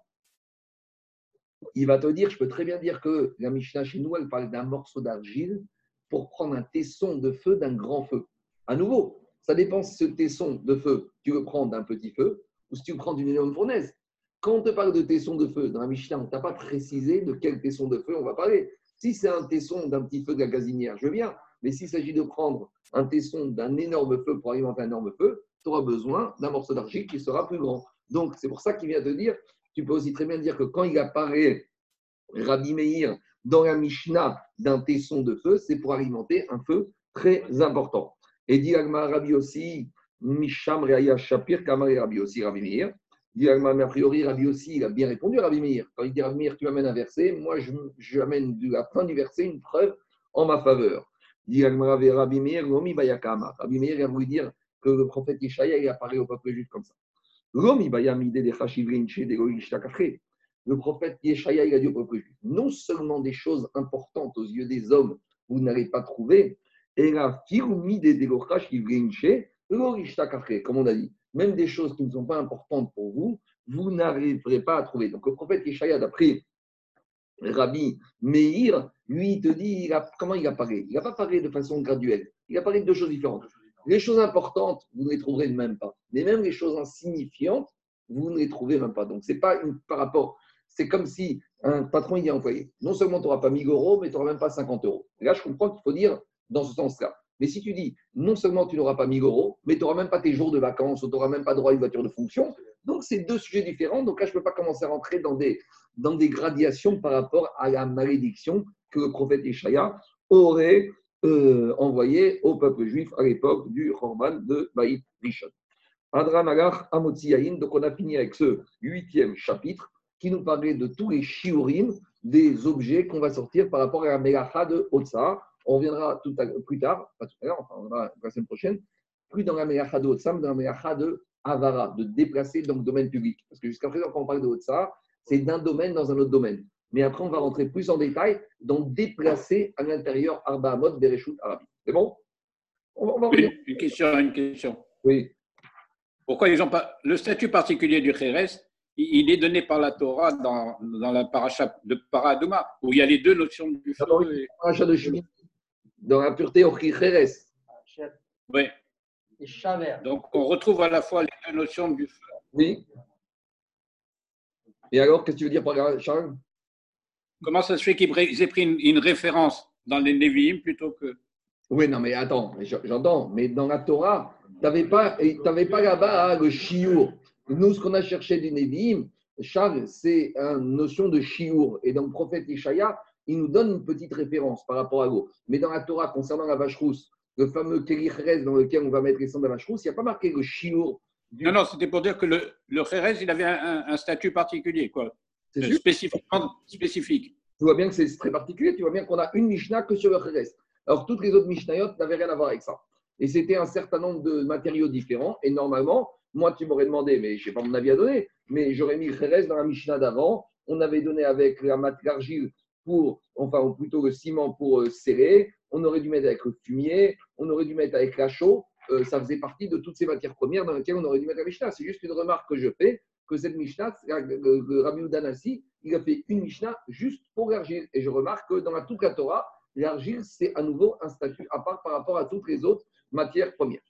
Il va te dire, je peux très bien dire que la Mishnah chez nous, elle parle d'un morceau d'argile pour prendre un tesson de feu d'un grand feu. À nouveau, ça dépend si ce tesson de feu, tu veux prendre d'un petit feu ou si tu veux prendre d'une énorme fournaise. Quand on te parle de tesson de feu dans la Mishnah, on ne t'a pas précisé de quel tesson de feu on va parler. Si c'est un tesson d'un petit feu de la gazinière, je veux bien. Mais s'il s'agit de prendre un tesson d'un énorme feu pour alimenter un énorme feu, tu auras besoin d'un morceau d'argile qui sera plus grand. Donc, c'est pour ça qu'il vient te dire, tu peux aussi très bien dire que quand il apparaît Rabbi Meir dans la Mishnah d'un tesson de feu, c'est pour alimenter un feu très important. Et dit Agma Rabbi aussi, Misham Reaya Shapir, Kamar Rabbi aussi, Rabbi Meir. Dit Agma, mais a priori, Rabbi aussi, il a bien répondu à Rabbi Meir. Quand il dit Rabbi Meir, tu m'amènes un verset, moi je amène de la fin du verset une preuve en ma faveur. Dit Agma Rabbi Meir, Lomi Bayakama. Rabbi Meir a voulu dire que le prophète Ishaïa, il apparaît au peuple juif comme ça. Lomi Bayamide de Chashivrinche de Goïshtakafre. Le prophète Yeshaya, il a dit au peuple juif, non seulement des choses importantes aux yeux des hommes, vous n'allez pas trouver, et la firumi des délochash qui comme on a dit, même des choses qui ne sont pas importantes pour vous, vous n'arriverez pas à trouver. Donc le prophète Yeshaya, d'après Rabbi Meir, lui, il te dit, comment il apparaît? Il n'a pas parlé de façon graduelle, il apparaît de deux choses différentes. Les choses importantes, vous ne les trouverez même pas. Mais même les choses insignifiantes, vous ne les trouvez même pas. Donc, ce n'est pas par rapport. C'est comme si un patron il dit à un employé, non seulement tu n'auras pas 1000 euros, mais tu n'auras même pas 50 euros. Et là, je comprends qu'il faut dire dans ce sens-là. Mais si tu dis, non seulement tu n'auras pas 1000 euros, mais tu n'auras même pas tes jours de vacances, ou tu n'auras même pas droit à une voiture de fonction, donc c'est deux sujets différents. Donc là, je ne peux pas commencer à rentrer dans des gradations par rapport à la malédiction que le prophète Ishaïa aurait envoyé au peuple juif à l'époque du Chorban de Baït Rishon. Adran Alach Amotziyahin, donc on a fini avec ce 8e chapitre qui nous parlait de tous les shiurim, des objets qu'on va sortir par rapport à la Melacha de Otsa. On reviendra plus tard, pas tout à l'heure, enfin on verra la semaine prochaine, plus dans la Melacha de Otsa, mais dans la Melacha de Avara, de déplacer dans le domaine public. Parce que jusqu'à présent, quand on parle de Otsa, c'est d'un domaine dans un autre domaine. Mais après, on va rentrer plus en détail dans déplacer à l'intérieur Arba Amot Bereshut Arabi. C'est bon? On va revenir. Une question. Oui. Pourquoi ils ont pas le statut particulier du Kheres? Il est donné par la Torah dans la paracha de Paradouma, où il y a les deux notions du feu. Paracha de Shmini, dans la pureté au Kheres. Oui. Donc, on retrouve à la fois les deux notions du feu. Oui. Et alors, qu'est-ce que tu veux dire par là, Charles? Comment ça se fait qu'ils aient pris une référence dans les Nevi'im plutôt que… Oui, non, mais attends, j'entends, mais dans la Torah, tu n'avais pas là-bas le shiur. Nous, ce qu'on a cherché du Nevi'im, Charles, c'est une notion de shiur. Et dans le prophète Ishaïa, il nous donne une petite référence par rapport à l'eau. Mais dans la Torah, concernant la vache rousse, le fameux Keli Cherez dans lequel on va mettre les sangs de la vache rousse, il n'y a pas marqué le shiur. Non, c'était pour dire que le Kherez, il avait un statut particulier, quoi, C'est sûr. spécifique. Tu vois bien que c'est très particulier. Tu vois bien qu'on a une Mishnah que sur le Cherez. Alors, toutes les autres Mishnayot n'avaient rien à voir avec ça. Et c'était un certain nombre de matériaux différents. Et normalement, moi, tu m'aurais demandé, mais je n'ai pas mon avis à donner, mais j'aurais mis le Kherez dans la Mishnah d'avant. On avait donné avec l'argile ou plutôt le ciment pour serrer. On aurait dû mettre avec le fumier. On aurait dû mettre avec la chaux. Ça faisait partie de toutes ces matières premières dans lesquelles on aurait dû mettre la Mishnah. C'est juste une remarque que je fais, que cette Mishnah, le Rabbi Udanassi, il a fait une Mishnah juste pour l'argile. Et je remarque que dans toute la Torah, l'argile, c'est à nouveau un statut à part par rapport à toutes les autres matières premières.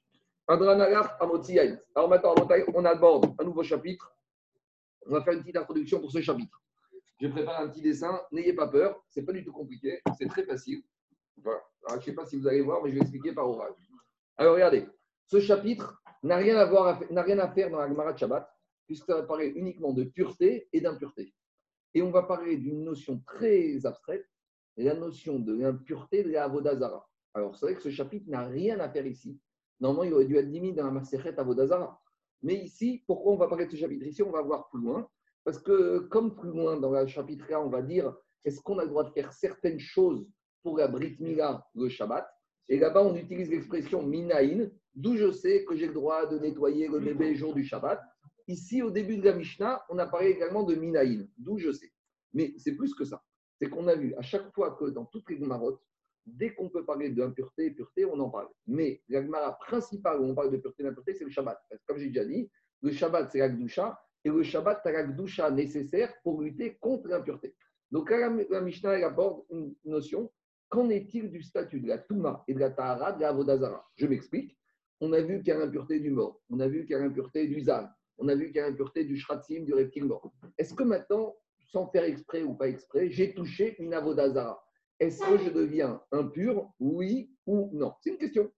Alors maintenant, on aborde un nouveau chapitre. On va faire une petite introduction pour ce chapitre. Je prépare un petit dessin. N'ayez pas peur. Ce n'est pas du tout compliqué. C'est très facile. Voilà. Alors, je ne sais pas si vous allez voir, mais je vais expliquer par oral. Alors, regardez. Ce chapitre n'a rien à faire dans la Gemara de Shabbat, puisque ça va parler uniquement de pureté et d'impureté. Et on va parler d'une notion très abstraite, la notion de l'impureté de la Avodazara. Alors, c'est vrai que ce chapitre n'a rien à faire ici. Normalement, il aurait dû être mis dans la Masechet Avodazara. Mais ici, pourquoi on va parler de ce chapitre? Ici, on va voir plus loin. Parce que, comme plus loin dans le chapitre là, on va dire est-ce qu'on a le droit de faire certaines choses pour la Brit Mila, le Shabbat? Et là-bas, on utilise l'expression Minaïn, d'où je sais que j'ai le droit de nettoyer le bébé le jour du Shabbat. Ici, au début de la Mishnah, on a parlé également de Minaïn, d'où je sais. Mais c'est plus que ça. C'est qu'on a vu à chaque fois que dans toutes les Gemarotes, dès qu'on peut parler d'impureté et pureté, on en parle. Mais la Gemara principale où on parle de pureté et d'impureté, c'est le Shabbat. Parce que, comme j'ai déjà dit, le Shabbat, c'est la Gdusha. Et le Shabbat, c'est la Gdusha nécessaire pour lutter contre l'impureté. Donc là, la Mishnah elle aborde une notion. Qu'en est-il du statut de la Touma et de la Tahara de la Avodazara? Je m'explique. On a vu qu'il y a l'impureté du mort. On a vu qu'il y a l'impureté du Zal. On a vu qu'il y a l'impureté du Shratzim, du reptile mort. Est-ce que maintenant, sans faire exprès ou pas exprès, j'ai touché une Avodazara? Est-ce que je deviens impur, oui ou non? C'est une question.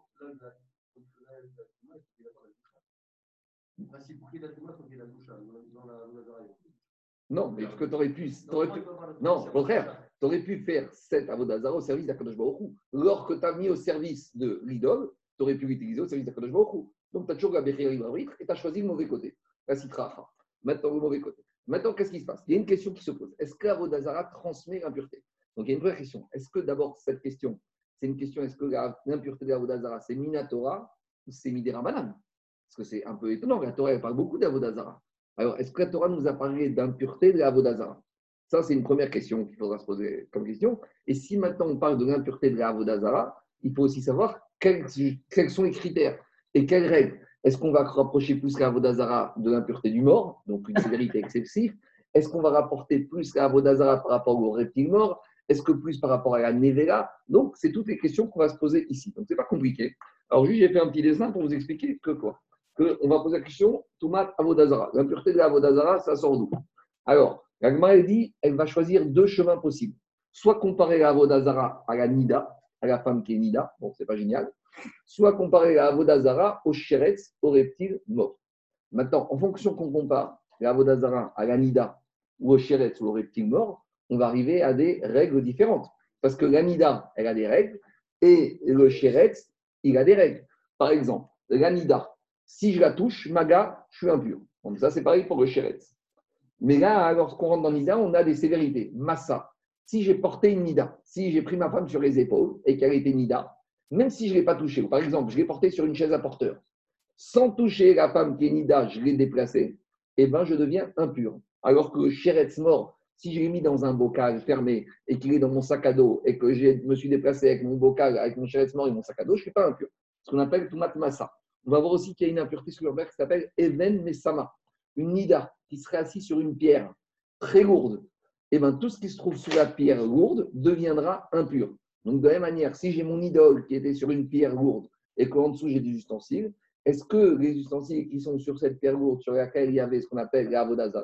Non, mais ce que tu aurais pu. Non, au contraire, tu aurais pu faire cette Avodazara au service d'Akadosh Baruch Hu. Lorsque tu as mis au service de l'idole, tu aurais pu l'utiliser au service d'Akadosh Baruch Hu. Donc, tu as toujours la Bechir Ibrahim et tu as choisi le mauvais côté. La Sitra. Maintenant, le mauvais côté. Maintenant, qu'est-ce qui se passe? Il y a une question qui se pose. Est-ce que l'Avodazara transmet l'impureté? Donc, il y a une vraie question. Est-ce que d'abord, cette question, c'est une question, est-ce que l'impureté de l'Avodazara, c'est Minatora ou c'est Midera Manan? Parce que c'est un peu étonnant. La Torah, elle parle beaucoup d'Avodazara. Alors, est-ce que la Torah nous a parlé d'impureté de l'Avodazara? Ça, c'est une première question qu'il faudra se poser comme question. Et si maintenant on parle de l'impureté de l'Avodazara, il faut aussi savoir quels sont les critères et quelles règles. Est-ce qu'on va rapprocher plus l'Avodazara de l'impureté du mort, donc une sévérité excessive? Est-ce qu'on va rapporter plus l'Avodazara par rapport au reptile mort? Est-ce que plus par rapport à la Nevela? Donc, c'est toutes les questions qu'on va se poser ici. Donc, ce n'est pas compliqué. Alors, juste, j'ai fait un petit dessin pour vous expliquer que quoi? On va poser la question, Toumat Avodazara. L'impureté de l'Avodazara, ça sort d'où? Alors, la Gemara dit, elle va choisir deux chemins possibles. Soit comparer l'Avodazara à la Nida, à la femme qui est Nida, bon, c'est pas génial. Soit comparer l'Avodazara au Sheretz, au reptile mort. Maintenant, en fonction qu'on compare l'Avodazara à la Nida ou au Sheretz ou au reptile mort, on va arriver à des règles différentes. Parce que la Nida, elle a des règles et le Sheretz, il a des règles. Par exemple, la Nida, si je la touche, Maga, je suis impur. Donc ça, c'est pareil pour le Sheretz. Mais là, lorsqu'on rentre dans Nida, on a des sévérités. Massa, si j'ai porté une Nida, si j'ai pris ma femme sur les épaules et qu'elle était Nida, même si je ne l'ai pas touchée, par exemple, je l'ai portée sur une chaise à porteur, sans toucher la femme qui est Nida, je l'ai déplacée, eh bien, je deviens impur. Alors que le Sheretz mort, si je l'ai mis dans un bocal fermé et qu'il est dans mon sac à dos et que je me suis déplacé avec mon bocal, avec mon Sheretz mort et mon sac à dos, je ne suis pas impur. Ce qu'on appelle Toumat Massa. On va voir aussi qu'il y a une impureté sur le verre qui s'appelle Even Mesama, une nida qui serait assise sur une pierre très lourde. Et bien, tout ce qui se trouve sous la pierre lourde deviendra impur. Donc, de la même manière, si j'ai mon idole qui était sur une pierre lourde et qu'en dessous j'ai des ustensiles, est-ce que les ustensiles qui sont sur cette pierre lourde, sur laquelle il y avait ce qu'on appelle l'Avodazara,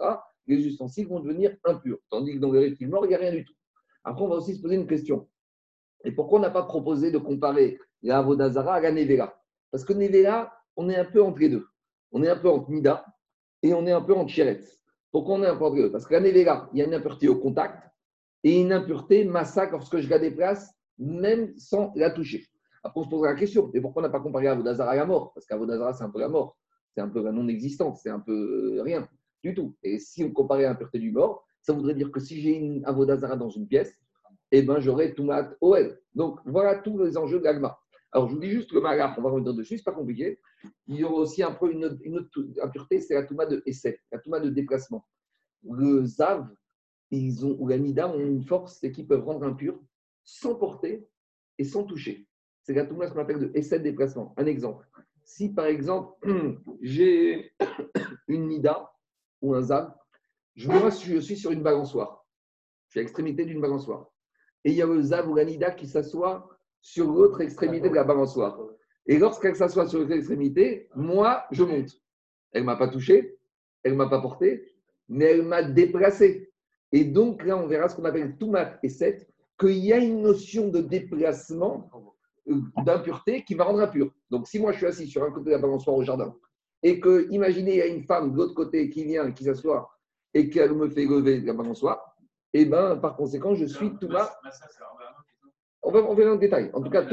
les ustensiles vont devenir impurs. Tandis que dans les reptiles morts, il n'y a rien du tout. Après, on va aussi se poser une question. Et pourquoi on n'a pas proposé de comparer la Avodazara à la Nevela? Parce que Nevela, on est un peu entre les deux. On est un peu entre Mida et on est un peu entre Chéretz. Pourquoi on est un peu entre les deux? Parce que la Nevela, il y a une impureté au contact et une impureté massa lorsque je la déplace, même sans la toucher. Après, on se posera la question, mais pourquoi on n'a pas comparé Avodazara à la mort? Parce qu'Avodazara, c'est un peu la mort. C'est un peu la non-existence, c'est un peu rien du tout. Et si on comparait à l'impureté du mort, ça voudrait dire que si j'ai une Avodazara dans une pièce, eh ben, j'aurai Toumat OL. Donc, voilà tous les enjeux de l'Agma. Alors, je vous dis juste le Malach, on va revenir dessus, ce n'est pas compliqué. Il y aura aussi un peu une autre impureté, c'est la Touma de essai, la Touma de déplacement. Le Zav, ou la Nida ont une force, c'est qu'ils peuvent rendre impur sans porter et sans toucher. C'est la Touma, ce qu'on appelle de essai de déplacement. Un exemple. Si, par exemple, j'ai une Nida ou un Zav, je suis sur une balançoire. Je suis à l'extrémité d'une balançoire. Et il y a le Zav ou la Nida qui s'assoit sur l'autre extrémité de la balançoire. Et lorsqu'elle s'assoit sur l'autre extrémité, moi, je monte. Elle ne m'a pas touché, elle ne m'a pas porté, mais elle m'a déplacé. Et donc là, on verra ce qu'on appelle Toumat et Set, qu'il y a une notion de déplacement, d'impureté qui va rendre impur. Donc si moi, je suis assis sur un côté de la balançoire au jardin, et que, imaginez, il y a une femme de l'autre côté qui vient, qui s'assoit, et qu'elle me fait lever de la balançoire, et bien, par conséquent, je suis Toumat. On verra en détail. En tout cas, tout.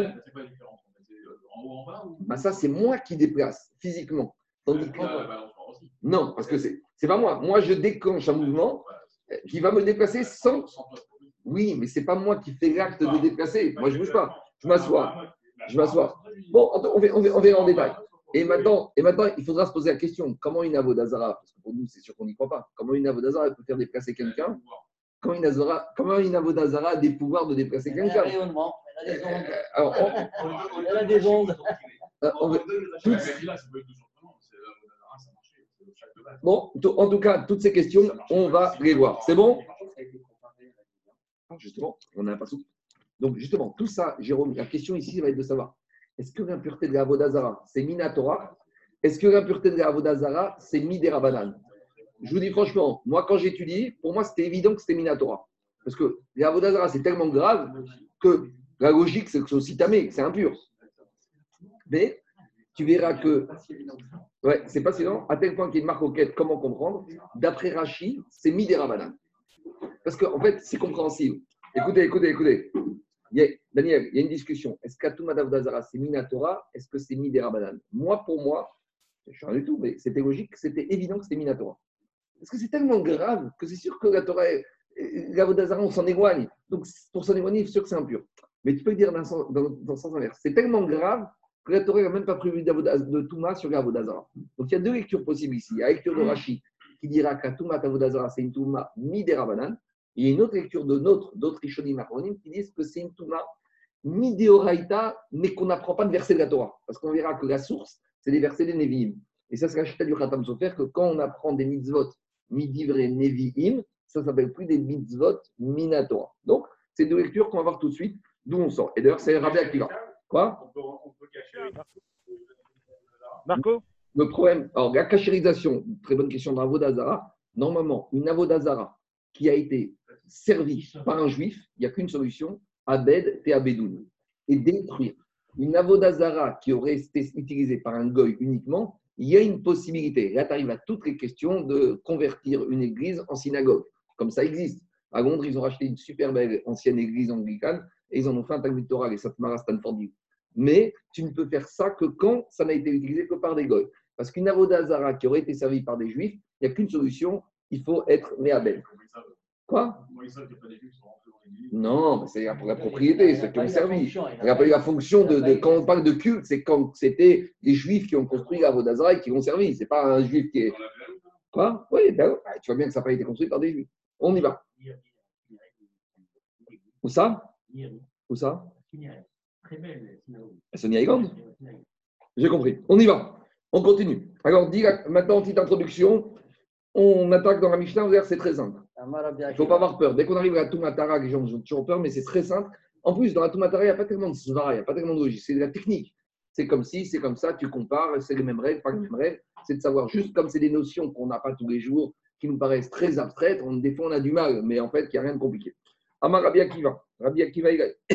Ça, c'est moi qui déplace physiquement. Tandis que... Non, parce que c'est pas moi. Moi, je déclenche un mouvement qui va me déplacer sans. Oui, mais c'est pas moi qui fais l'acte de déplacer. Moi, je ne bouge pas. Je m'assois. Bon, on verra en détail. Et maintenant, il faudra se poser la question comment une Avodazara, parce que pour nous, c'est sûr qu'on n'y croit pas, comment une Avodazara peut faire déplacer quelqu'un? Comment une Avodazara a des pouvoirs de déplacer quelqu'un? Elle a des ondes. Bon, en tout cas, toutes ces questions, on va les voir. C'est bon? Justement, on n'a pas soupe. Donc, justement, tout ça, Jérôme, la question ici va être de savoir est-ce que l'impureté de la Avodazara, c'est Minatora? Est-ce que l'impureté de la Avodazara, c'est Midera-Banan? Je vous dis franchement, moi, quand j'étudie, pour moi, c'était évident que c'était Minatora. Parce que la Avodazara, c'est tellement grave que la logique, c'est que c'est aussi tamé, que c'est impur. Mais tu verras que. Ouais, c'est pas évident, à tel point qu'il y a une marque au quête, comment comprendre? D'après Rachi, c'est Midera-Banan. Parce qu'en fait, c'est compréhensible. Écoutez. Daniel, il y a une discussion. Est-ce qu'Atouma d'Avodazara, c'est Minatora? Est-ce que c'est Midera-Banan? Pour moi, je ne sais rien du tout, mais c'était logique, c'était évident que c'était Minatora. Parce que c'est tellement grave que c'est sûr que la Torah, l'Avodazara, on s'en éloigne. Donc, pour s'en éloigner, c'est sûr que c'est impur. Mais tu peux le dire dans le sens inverse. C'est tellement grave que la Torah n'a même pas prévu de Touma sur l'Avodazara. Donc, il y a deux lectures possibles ici. Il y a la lecture de Rashi qui dira qu'Atouma d'Avodazara, c'est une Touma Midera-Banan. Il y a une autre lecture d'autres Rishonim Achronim qui disent que c'est une Touma Midéoraïta, mais qu'on n'apprend pas de verset de la Torah. Parce qu'on verra que la source, c'est les versets des Nevi'im. Et ça, c'est la chita du Khatam Sofer, que quand on apprend des mitzvot midivre Nevi'im, ça ne s'appelle plus des mitzvot minatora. Donc, c'est deux lectures qu'on va voir tout de suite d'où on sort. Et d'ailleurs, c'est Rabbi Akiva. Quoi? Marco? Le problème, alors la cachérisation, très bonne question de Avodazara. Normalement, une Avodazara qui a été servie par un juif, il n'y a qu'une solution, Abed et Abedoun, et détruire. Une Avodazara qui aurait été utilisée par un goy uniquement, il y a une possibilité. Là, tu arrives à toutes les questions de convertir une église en synagogue. Comme ça existe. À Londres, ils ont racheté une super belle ancienne église anglicane et ils en ont fait un Talmud Torah, les Satmara Stanford. Mais tu ne peux faire ça que quand ça n'a été utilisé que par des goy. Parce qu'une Avodazara qui aurait été servie par des juifs, il n'y a qu'une solution, il faut être Méabel. Quoi? Non, c'est pour la propriété, ceux qui ont servi. Il n'y a pas eu la fonction quand on parle de culte, c'est quand c'était les juifs qui ont construit l'Avodazara et qui l'ont servi. Ce n'est pas un juif qui est. Quoi? Oui, ben, tu vois bien que ça n'a pas été construit par des juifs. On y va. Où ça? Où ça? Sonia Island. J'ai compris. On y va. On continue. Alors, maintenant, petite introduction. On attaque dans la Mishnah, on va dire c'est très simple. Il ne faut pas avoir peur. Dès qu'on arrive à la Toumatara, les gens ont toujours peur, mais c'est très simple. En plus, dans la Toumatara, il n'y a pas tellement de svara, il n'y a pas tellement de logique. C'est de la technique. C'est comme si, c'est comme ça, tu compares, c'est les mêmes règles, pas les mêmes règles. C'est de savoir juste comme c'est des notions qu'on n'a pas tous les jours, qui nous paraissent très abstraites, des fois on a du mal, mais en fait, il n'y a rien de compliqué. Amar Rabbi Akiva. Rabbi Akiva, il a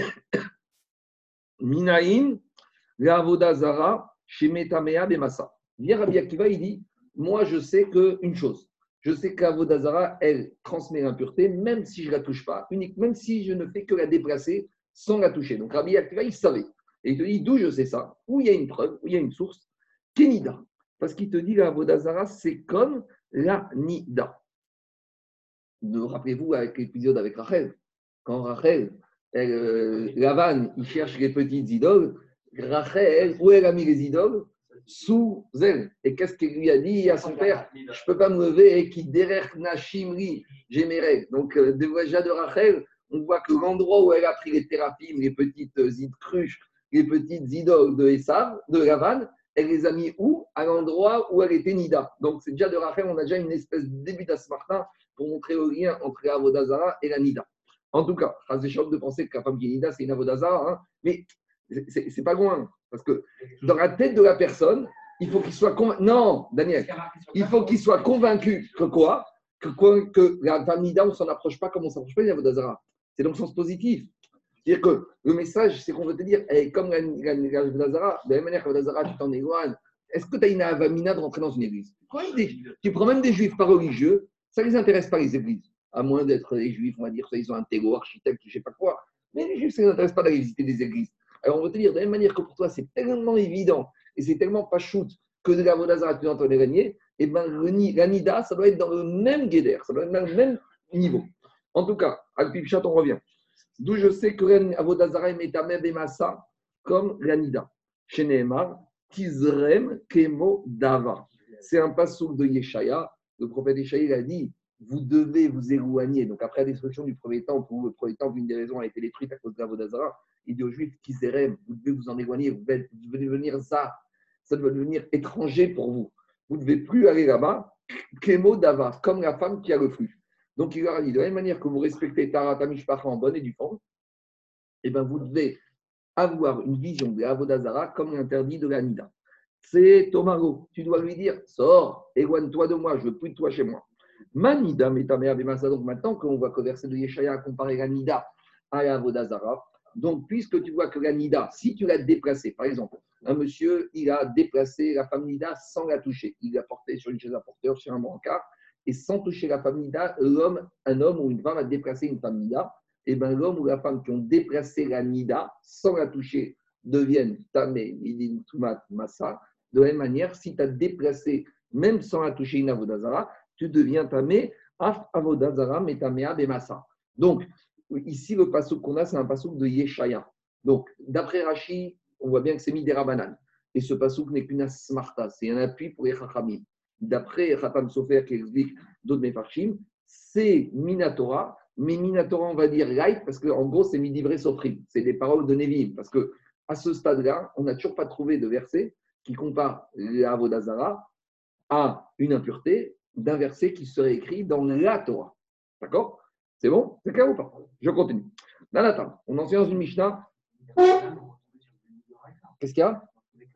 Minaïn, la Avodazara, chez Metamea Bemasa. Viens Rabbi Akiva, il dit moi, je sais qu'une chose. Je sais qu'Avodazara, elle transmet l'impureté, même si je ne la touche pas, même si je ne fais que la déplacer sans la toucher. Donc Rabbi Akiva, il savait. Et il te dit d'où je sais ça, où il y a une preuve, où il y a une source. Kenida. Parce qu'il te dit l'Avodazara, c'est comme la Nida. Rappelez-vous avec l'épisode avec Rachel. Quand Rachel, Lavan, il cherche les petites idoles, Rachel, où elle a mis les idoles? Sous elle. Et qu'est-ce qu'il lui a dit à son père? Je ne peux pas me lever et qui derrière Nashimri, j'ai mes règles. Donc, déjà de Rachel, on voit que l'endroit où elle a pris les thérapies, les petites cruches, les petites idoles de Esav, de Lavan, elle les a mis où? À l'endroit où elle était Nida. Donc, c'est déjà de Rachel, on a déjà une espèce de début d'Asmartin pour montrer le lien entre la Avodazara et la Nida. En tout cas, ça choc de penser que la femme qui est Nida, c'est une Avodazara, hein, mais c'est pas loin. Parce que dans la tête de la personne, il faut qu'il soit convaincu. Non, Daniel, il faut qu'il soit convaincu que quoi? Que la femme Nida, on ne s'en approche pas comme on ne s'approche pas de l'Avodazara. C'est dans le sens positif. C'est-à-dire que le message, c'est qu'on veut te dire, comme la Avodazara, de la même manière que l'Avodazara, tu t'en éloignes. Est-ce que tu as une avamina de rentrer dans une église? Tu prends même des juifs pas religieux, ça ne les intéresse pas, les églises. À moins d'être des juifs, on va dire, ils ont un télo, architecte, je ne sais pas quoi. Mais les juifs, ça ne les intéresse pas d'aller visiter des églises. Alors, on va te dire, de la même manière que pour toi, c'est tellement évident et c'est tellement pas shoot que de la Vodazara, tu entends les gagner, et bien, la Nida, ça doit être dans le même guéder, ça doit être dans le même niveau. En tout cas, al Pipchat, on revient. D'où je sais que la Vodazara est Metameh Bemasa comme la Nida. Chez Nehemar, Tizrem Kemo Dava. C'est un passouk de Yeshaya. Le prophète Yeshaya, il a dit vous devez vous éloigner. Donc, après la destruction du premier temple, où le premier temple, une des raisons, a été détruite à cause de la Vodazara, il dit aux Juifs, Tizrem, vous devez vous en éloigner, vous devez devenir ça doit devenir étranger pour vous. Vous ne devez plus aller là-bas, Kemo Dava, comme la femme qui a le flux. Donc, il leur a dit, de la même manière que vous respectez Tara Tamishpacha en bonne et due forme, eh bien, vous devez avoir une vision de la Vodazara comme l'interdit de la Nida. C'est Tomaro, tu dois lui dire, sors, éloigne-toi de moi, je ne veux plus de toi chez moi. Manida, Metamea Bemasa, donc maintenant qu'on voit que le verset de Yeshaya a comparé la Nida à la Vodazara, donc puisque tu vois que la Nida, si tu l'as déplacée, par exemple, un monsieur, il a déplacé la femme Nida sans la toucher. Il l'a portée sur une chaise à porteur, sur un brancard, et sans toucher la femme Nida, un homme ou une femme a déplacé une femme Nida, et bien l'homme ou la femme qui ont déplacé la Nida sans la toucher deviennent Tamé, Midin, Tumat, Massa. De la même manière, si tu as déplacé, même sans la toucher une Avodazara, tu deviens Tamé, Af Avodazara, Metamea, Bemassa. Donc, ici, le passouk qu'on a, c'est un passouk de Yeshaya. Donc, d'après Rashi, on voit bien que c'est Midera Banan. Et ce passouk n'est qu'une asmarta, c'est un appui pour les Chachamim. D'après Khatam Sofer qui explique d'autres Mefarshim, c'est Minatora, mais Minatora, on va dire light, parce qu'en gros, c'est Midivre Sofrim, c'est des paroles de Nevim. Parce qu'à ce stade-là, on n'a toujours pas trouvé de verset qui compare la Avodazara à une impureté d'un verset qui serait écrit dans la Torah. D'accord? C'est bon? C'est clair ou pas? Je continue. Nanatan, on enseigne dans une Mishnah. Qu'est-ce qu'il y a?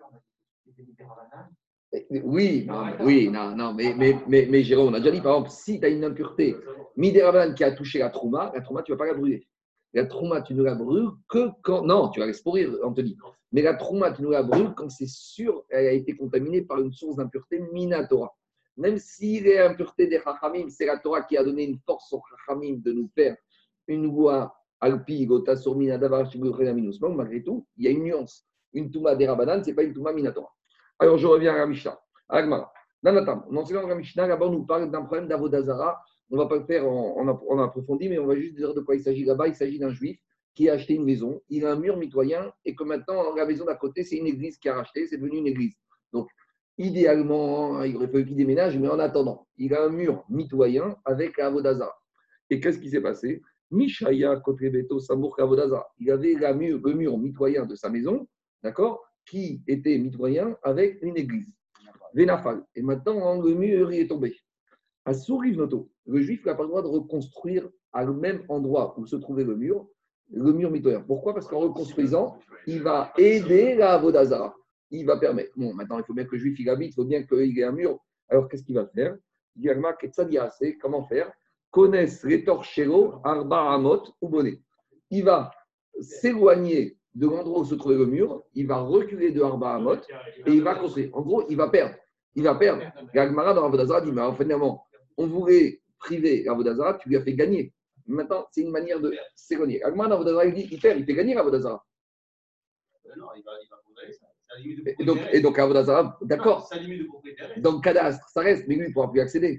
Oui, non, mais Jérôme, on a déjà dit, par exemple, si tu as une impureté, Midéravan qui a touché la trouma, tu ne vas pas la brûler. La trouma, tu ne la brûles que quand. Non, tu la laisses pourrir, on te dit. Mais la trouma, tu ne la brûles quand c'est sûr qu'elle a été contaminée par une source d'impureté Minatora. Même si les impuretés des Chachamim, c'est la Torah qui a donné une force aux Chachamim de nous faire une loi Alpi, Gota, Surmina, Davar, Shigurrenaminus. Malgré tout, il y a une nuance. Une Touma des Rabanan, ce n'est pas une Touma Minatora. Alors, je reviens à la Mishnah. Agmara. Nanatam, on enseigne dans la Mishnah, là-bas, on nous parle d'un problème d'Avodazara. On ne va pas le faire en approfondi, mais on va juste dire de quoi il s'agit là-bas. Il s'agit d'un juif qui a acheté une maison. Il a un mur mitoyen et que maintenant, la maison d'à côté, c'est une église qui a racheté. C'est devenu une église. Donc, idéalement, il aurait fallu qu'il déménage, mais en attendant, il a un mur mitoyen avec la Avodazara. Et qu'est-ce qui s'est passé? Mishaya Kotrebeto Samour Avodazara. Il avait le mur mitoyen de sa maison, d'accord, qui était mitoyen avec une église. Vénafal. Et maintenant, le mur il est tombé. À Sourivnoto, le juif n'a pas le droit de reconstruire à le même endroit où se trouvait le mur mitoyen. Pourquoi? Parce qu'en reconstruisant, il va aider la Avodazara. Il va permettre. Bon, maintenant, il faut bien que le juif il habite, il faut bien qu'il ait un mur. Alors, qu'est-ce qu'il va faire? Diagma, Ketsadia, c'est comment faire? Connaissent les torchero, arba amot ou bonnet. Il va s'éloigner de l'endroit où se trouvait le mur, il va reculer de arba amot et il va construire. En gros, il va perdre. Il va perdre. L'Agmara dans Avodazara dit, mais finalement, on voulait priver l'Avodazara, tu lui as fait gagner. Maintenant, c'est une manière de s'éloigner. L'Agmara dans Avodazara, il dit, il perd, il fait gagner l'Avodazara. Non, il va condamner ça. C'est la limite de Et donc Avodazara, d'accord. C'est la limite de propriétaire. Dans le cadastre, ça reste, mais lui, il ne pourra plus accéder.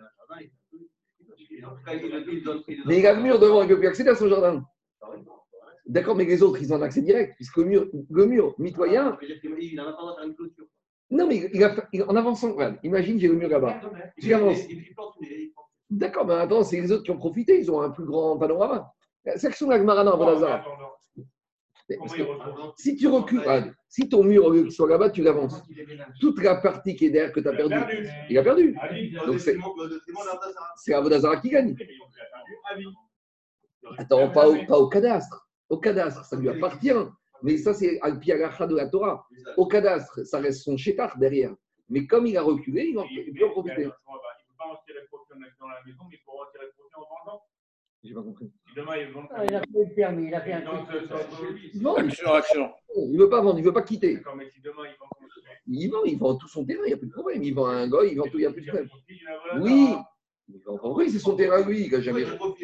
Mais il a le mur devant, il ne peut plus accéder à son jardin. D'accord, mais les autres, ils ont un accès direct, puisque le mur mitoyen. Il n'a pas le droit de faire une clôture. Non, mais en avançant, regarde, imagine, j'ai le mur là-bas. J'avance. D'accord, mais attends, c'est les autres qui ont profité, ils ont un plus grand panorama. Section de la Gemara dans Avodazara. Si tu recules, si ton mur, au lieu qu'il soit là-bas, tu l'avances. Toute la partie qui est derrière que tu as perdu, il a perdu. Donc c'est Avodazara qui gagne. Attends, pas au cadastre. Au cadastre, ça lui appartient. Mais ça, c'est Al-Piagacha de la Torah. Au cadastre, ça reste son chétar derrière. Mais comme il a reculé, il peut en profiter. Il ne peut pas en tirer profit en habitant dans la maison, mais il pourra en tirer profit en vendant. J'ai pas compris. Si demain, il vend Il a fait le permis, il a fait un truc. Non, Action. il ne veut pas vendre, il ne veut pas quitter. D'accord, mais si demain, il vend son terrain, Il vend tout son terrain, il n'y a plus de problème. Il vend à un gars, il vend tout, il n'y a plus de problème. Oui, oui, c'est son terrain, lui, il n'a jamais.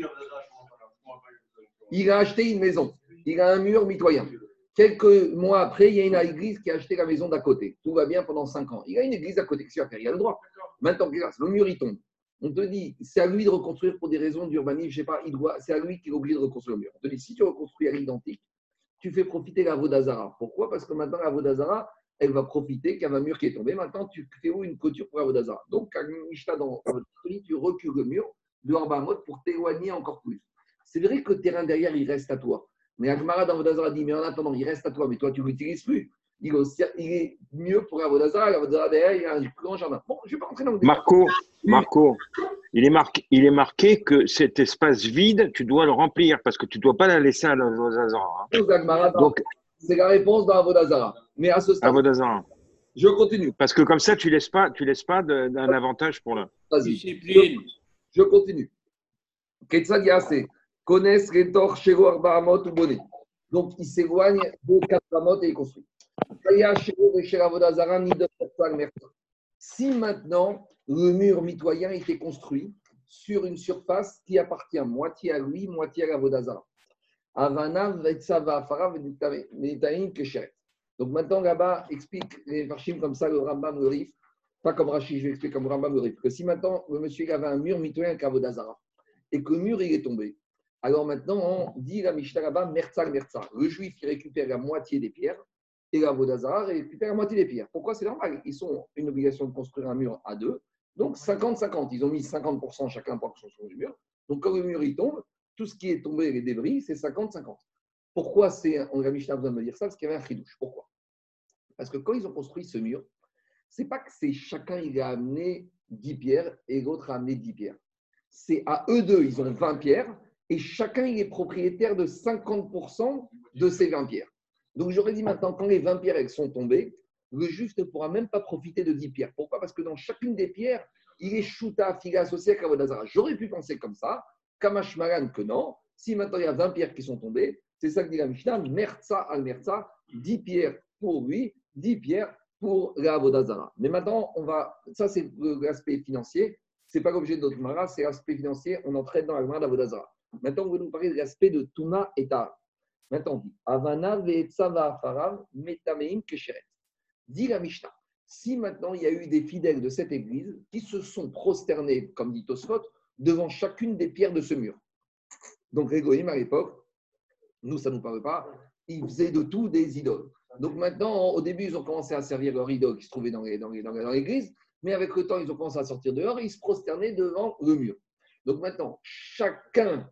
Il a acheté une maison, il a un mur mitoyen. Quelques mois après, il y a une église qui a acheté la maison d'à côté. Tout va bien pendant 5 ans. Il a une église à côté, qu'est-ce qu'il va faire? Il a le droit. Maintenant, le mur, il tombe. On te dit, c'est à lui de reconstruire pour des raisons d'urbanisme, je ne sais pas, c'est à lui qu'il est obligé de reconstruire le mur. On te dit, si tu reconstruis à l'identique, tu fais profiter la Vodazara. Pourquoi? Parce que maintenant, la Vodazara, elle va profiter qu'il y a un mur qui est tombé. Maintenant, tu fais où une clôture pour la Vodazara? Donc, à Mishnah, dans tu recules le mur de Arbaamot pour t'éloigner encore plus. C'est vrai que le terrain derrière, il reste à toi. Mais Agmara dans Vodazara dit, mais en attendant, il reste à toi, mais toi, tu ne l'utilises plus. Il est mieux pour la Vodazara derrière, il y a un grand jardin. Bon, je ne vais pas rentrer dans le détail. Marco, il est marqué que cet espace vide, tu dois le remplir parce que tu ne dois pas la laisser à la Vodazara. Donc, c'est la réponse dans la Vodazara. Mais à ce stade, Vodazara. Je continue. Parce que comme ça, tu laisses pas d'un avantage pour l'un. Discipline. Je continue. Ketsad Yassé, connaissent les torts chez Arbaamot ou Bonnet. Donc, il s'éloigne de 4 amot et il construit. Si maintenant, le mur mitoyen était construit sur une surface qui appartient moitié à lui, moitié à la Vodazara. Donc maintenant, là-bas, explique les Farshim comme ça, le Rambam le Rif, pas comme Rashi, je vais expliquer comme Rambam le Rif, que si maintenant, le monsieur il avait un mur mitoyen avec la Vodazara, et que le mur il est tombé, alors maintenant, on dit la Mishnah là-bas, Mertzal, Mertzal. Le juif qui récupère la moitié des pierres, et la Vodazara récupère la moitié des pierres. Pourquoi? C'est normal. Ils ont une obligation de construire un mur à deux. Donc 50-50. Ils ont mis 50% chacun pour la construction du mur. Donc quand le mur il tombe, tout ce qui est tombé, les débris, c'est 50-50. Pourquoi la Mishnah a besoin de me dire ça? Parce qu'il y avait un chidouche. Pourquoi? Parce que quand ils ont construit ce mur, c'est pas que c'est chacun il a amené 10 pierres et l'autre a amené 10 pierres. C'est à eux deux, ils ont 20 pierres et chacun il est propriétaire de 50% de ces 20 pierres. Donc, j'aurais dit maintenant, quand les 20 pierres elles sont tombées, le juif ne pourra même pas profiter de 10 pierres. Pourquoi? Parce que dans chacune des pierres, il est chouta, figa associé à Kavodazara. J'aurais pu penser comme ça, Kamash Magan que non. Si maintenant il y a 20 pierres qui sont tombées, c'est ça que dit la Mishnah, Merza al Merza, 10 pierres pour lui, 10 pierres pour la Kavodazara. Mais maintenant, ça c'est l'aspect financier, ce n'est pas l'objet de notre Mara, c'est l'aspect financier, on entraîne dans la Gemara d'Avodazara. Maintenant, on va nous parler de l'aspect de Tuna et Tar. Maintenant, on dit Avana ve'etzava farav metameim kesheret. Dit la Mishnah. Si maintenant il y a eu des fidèles de cette église qui se sont prosternés, comme dit Tosfot, devant chacune des pierres de ce mur. Donc, les Goïm à l'époque, nous ça ne nous parle pas, ils faisaient de tout des idoles. Donc maintenant, au début, ils ont commencé à servir leur idole qui se trouvait dans l'église, mais avec le temps, ils ont commencé à sortir dehors et ils se prosternaient devant le mur. Donc maintenant, chaque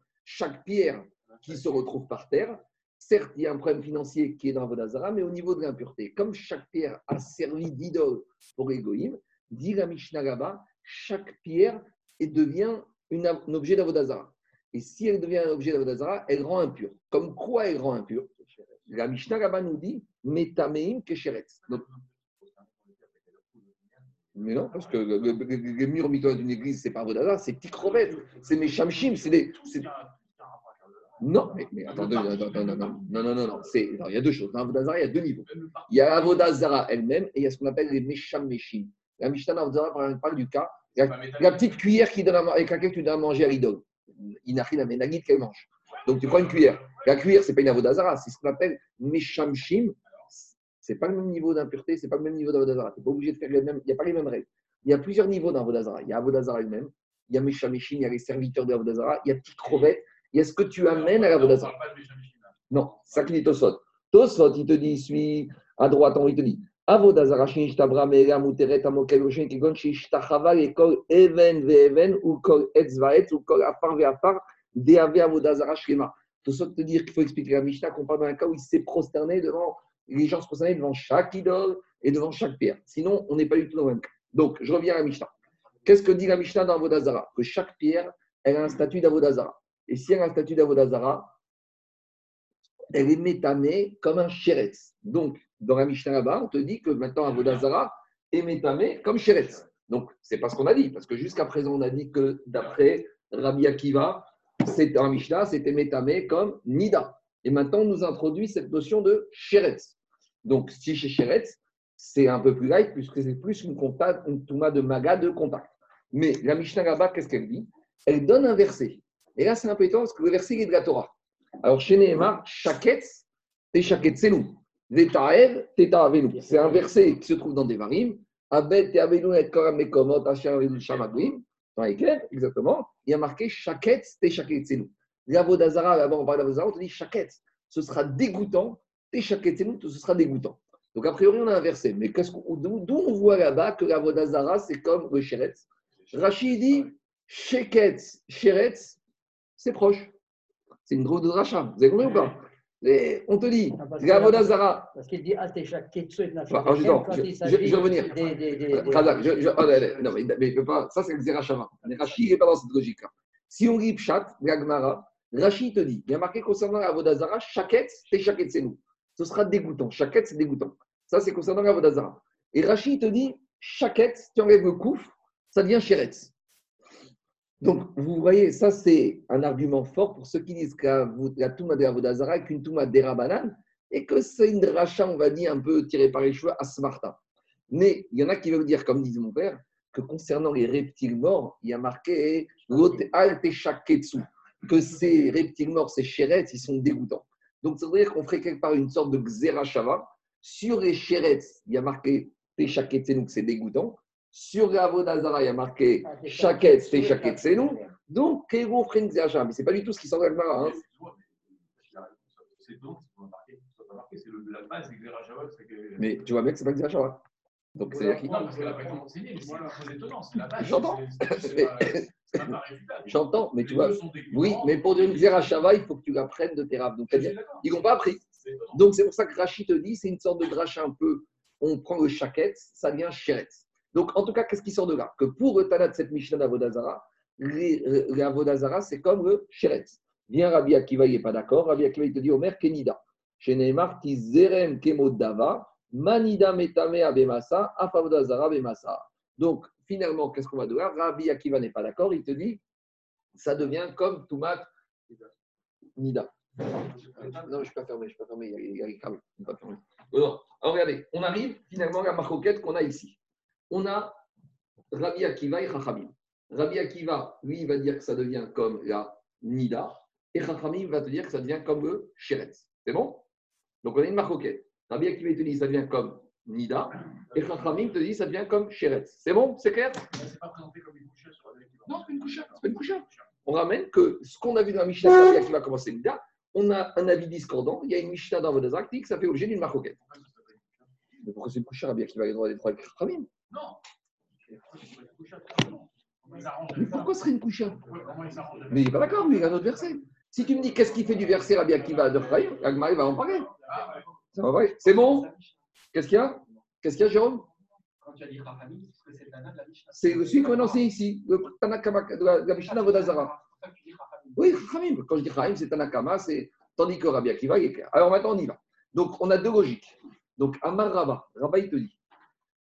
pierre qui se retrouve par terre, certes, il y a un problème financier qui est dans Vodazara, mais au niveau de l'impureté, comme chaque pierre a servi d'idole pour les Goïm, dit la Mishnah là-bas, chaque pierre devient un objet d'Avodazara. Et si elle devient un objet d'Avodazara, elle rend impure. Comme quoi elle rend impure? La Mishnah là-bas nous dit Metameim Kesheretz. Donc, Mais non, parce que le mur mitoyen d'une église, c'est pas Vodazara, c'est Tikrovet, c'est mes Shamshim, c'est des. Non, mais attendez, non. Il y a deux choses. Dans Avodazara, il y a deux niveaux. Il y a Avodazara elle-même et il y a ce qu'on appelle les Mesham Meshim. La Mishnah dans Avodazara parle du cas, la petite cuillère qui donne avec laquelle tu donnes à manger à l'idole. Inachil la ménagite qu'elle mange. Donc tu prends une cuillère. La cuillère, ce n'est pas une Avodazara, c'est ce qu'on appelle Meshamshim. Ce n'est pas le même niveau d'impureté, ce n'est pas le même niveau d'Avodazara. Tu n'es pas obligé de faire les mêmes, il n'y a pas les mêmes règles. Il y a plusieurs niveaux dans Avodazara. Il y a Avodazara elle-même, il y a Meshameshim, il y a les serviteurs de Avodazara, il y a petite crevette, il y a ce que tu amènes à l'Avodazara. Non, ça qui dit Tosfot. Tosfot, il te dit, suis à droite, il te dit Avodazara, Shinishtabra, Mera, Muteret, Amokel, Oshen, Kigon, Shishtachava, et Kol, Even, Veven, ou Kol, Etz, Vaetz, ou Kol, Afar, Veafar, Deave, Avodazara, Shlema. Tosfot te dire qu'il faut expliquer la Mishnah qu'on parle d'un cas où il s'est prosterné devant, les gens se prosternaient devant chaque idole et devant chaque pierre. Sinon, on n'est pas du tout dans le même cas. Donc, je reviens à la Mishnah. Qu'est-ce que dit la Mishnah dans Avodazara? Que chaque pierre, elle a un statut d'Avodazara. Et si elle a un statut d'Avodazara, elle est métamée comme un chéretz. Donc, dans la Mishnah là-bas, on te dit que maintenant Avodazara est métamée comme chéretz. Donc, c'est pas ce qu'on a dit, parce que jusqu'à présent, on a dit que d'après Rabbi Akiva, dans la Mishnah, c'était métamé comme Nida. Et maintenant, on nous introduit cette notion de chéretz. Donc, si chez chéretz, c'est un peu plus light, puisque c'est plus une touma de maga de contact. Mais la Mishnah là-bas, qu'est-ce qu'elle dit? Elle donne un verset. Et là, c'est un peu étonnant parce que le verset est de la Torah. Alors, chez Nehemar, Shaketz, Teshaketzenu, Vetaev, Tetaavenu. C'est un verset qui se trouve dans Devarim. Abed, Teavenu, et Koram, Mekomot, Asher, Shamaguim. Dans l'éclair, exactement. Il y a marqué Shaketz, Teshaketzenu. L'Avodazara, là-bas, on parle d'Avodazara, on te dit Shaketz. Ce sera dégoûtant. Teshaketzenu, ce sera dégoûtant. Donc, a priori, on a un verset. Mais d'où on voit là-bas que l'Avodazara, c'est comme le Sheretz. Rachid dit Sheketz, Sheretz, c'est proche. C'est une drôle de rachat. Vous avez compris ou pas? On te dit, l'Avodazara. Parce qu'il dit Alteshaketsu et Alors, je vais revenir. Non, mais il ne peut pas. Ça, c'est le Zerachava. Mais Rachid n'est pas dans cette logique-là. Si on lit Pshat, l'Agmara, Rachid te dit, il y a marqué concernant l'Avodazara, Shaketz, Teshaketsenu. Ce sera dégoûtant. Shaketz, c'est dégoûtant. Ça, c'est concernant l'Avodazara. Et Rachid te dit, Shaketz, tu enlèves le kouf, ça devient Sheretz. Donc, vous voyez, ça, c'est un argument fort pour ceux qui disent que la Touma de Avodazara est qu'une Touma d'Erabanan et que c'est une dracha, on va dire, un peu tirée par les cheveux à Smarta. Mais il y en a qui veulent dire, comme disait mon père, que concernant les reptiles morts, il y a marqué Alteshaketsu, que ces reptiles morts, ces Sheretz, ils sont dégoûtants. Donc, ça veut dire qu'on ferait quelque part une sorte de Xerashava. Sur les Sheretz, il y a marqué Teshaketsu, donc c'est dégoûtant. Sur la Avodazara, il y a marqué Shaketz, Teshaketsenu. Donc, Kéro ferait une Xerashava. Mais ce n'est pas du tout ce qui sort de l'Agmara. C'est donc, c'est la base des Xerashava. Mais tu vois bien que ce n'est pas Xerashava. Donc, c'est-à-dire qu'il. Non, parce qu'elle n'a pas été enseignée, mais c'est étonnant, c'est la base. J'entends. J'entends. J'entends, mais tu vois. Oui, mais pour dire une Xerashava, il faut que tu l'apprennes de tes rabbes. Donc, ils n'ont pas appris. Donc, c'est pour ça que Rachid te dit, c'est une sorte de dracha un peu. On prend le Shaketz, ça devient Sheretz. Donc, en tout cas, qu'est-ce qui sort de là? Que pour le Tana de cette Mishnah d'Avodazara, l'Avodazara, c'est comme le Sheretz. Bien, Rabbi Akiva, il n'est pas d'accord. Rabbi Akiva, il te dit, Omer, Kenida. Chez Neymar, Tizerem, Kemodava, Manida, Metame, Abemasa, Afavodazara, Abemasa. Donc, finalement, qu'est-ce qu'on va devoir? Rabbi Akiva n'est pas d'accord. Il te dit, ça devient comme Toumat Nida. Non, je ne suis pas fermé, il y a les câbles. Non. Alors, regardez, on arrive finalement à la marcoquette qu'on a ici. On a Rabbi Akiva et Chachamim. Rabbi Akiva, lui, il va dire que ça devient comme la Nida, et Chachamim va te dire que ça devient comme le Sheretz. C'est bon? Donc, on a une marcoquette. Rabbi Akiva, il te dit que ça devient comme Nida, et Chachamim te dit que ça devient comme Sheretz. C'est bon? C'est clair? C'est pas présenté comme une couchette sur Rabbi Akiva. Non, c'est pas une couchette. C'est pas une couchette. On ramène que ce qu'on a vu dans la Mishnah, Rabbi Akiva commence Nida, on a un avis discordant. Il y a une Mishnah dans Avodazara qui dit que ça fait objet d'une marcoquette. Mais pourquoi c'est une couchette? Rabbi Akiva a le droit d'être avec Chachamim? Non. Mais pourquoi ce serait une couchette? Mais il n'est pas d'accord, lui, il a un autre verset. Si tu me dis qu'est-ce qu'il fait du verset Rabbi Akiva de Chachamim, Agmari va en parler. Ça va parler. C'est bon? Qu'est-ce qu'il y a? Qu'est-ce qu'il y a, Jérôme? Quand tu as dit Chachamim, c'est le Tana de la Mishnah. C'est celui qu'on a enseigné ici, le Tanakama de la Mishnah d'Avodazara. Oui, Chachamim. Quand je dis Chachamim, c'est Tanakama, tandis que Rabbi Akiva, il est clair. Alors maintenant, on y va. Donc, on a deux logiques. Donc, Amar Rabba, Rabba, il te dit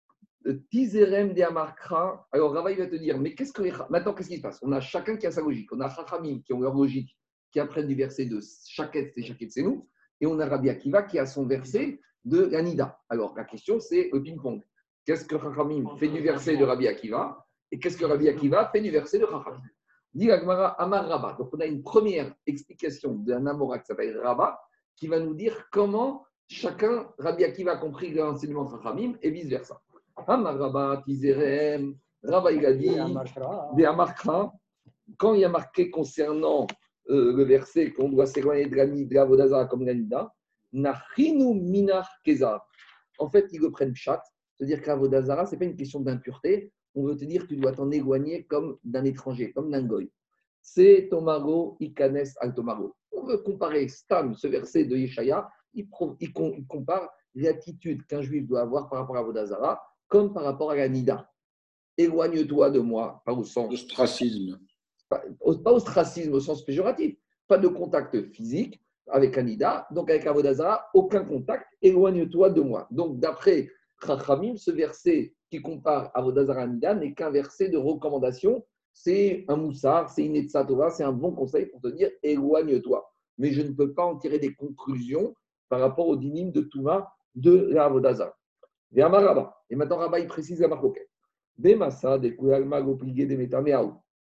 Tizerem de Amarkra. Alors Rava, il va te dire, mais maintenant, qu'est-ce qui se passe? On a chacun qui a sa logique. On a Chachamim qui ont leur logique, qui apprennent du verset de Shaket et Shaket c'est nous. Et on a Rabbi Akiva qui a son verset de l'Anida. Alors la question, c'est le ping-pong. Qu'est-ce que Chachamim fait du verset de Rabbi Akiva? Et qu'est-ce que Rabbi Akiva fait du verset de Chachamim? Dit Agmara Amar Rabba. Donc on a une première explication d'un Amora qui s'appelle Rabba, qui va nous dire comment chacun, Rabbi Akiva a compris l'enseignement de Chachamim et vice-versa. Amar Rabba, Tizerem, Rabba il a dit, des Amarkra, quand il y a marqué concernant le verset qu'on doit s'éloigner de la Vodazara comme l'Anida, Nachinu Minar Kezar. En fait, ils le prennent chat, c'est-à-dire que la Vodazara, ce n'est pas une question d'impureté. On veut te dire que tu dois t'en éloigner comme d'un étranger, comme d'un goy. C'est Tomago, Ikanes al Tomago. On veut comparer Stam, ce verset de Yeshaya, il compare l'attitude qu'un juif doit avoir par rapport à Vodazara, comme par rapport à la Nida. Éloigne-toi de moi, pas au sens. Ostracisme. Pas ostracisme au sens péjoratif, pas de contact physique avec la Nida, donc avec la Vodazara, aucun contact, éloigne-toi de moi. Donc d'après Chachamim, ce verset qui compare Avodazara Nida n'est qu'un verset de recommandation. C'est un moussard, c'est une etzatova, c'est un bon conseil pour te dire éloigne-toi. Mais je ne peux pas en tirer des conclusions par rapport au dinim de Touma de la Avodazara. Et maintenant, Rabba, il précise la marque. Bemasa, de Kuyalma, Gopligé, de Metameaou,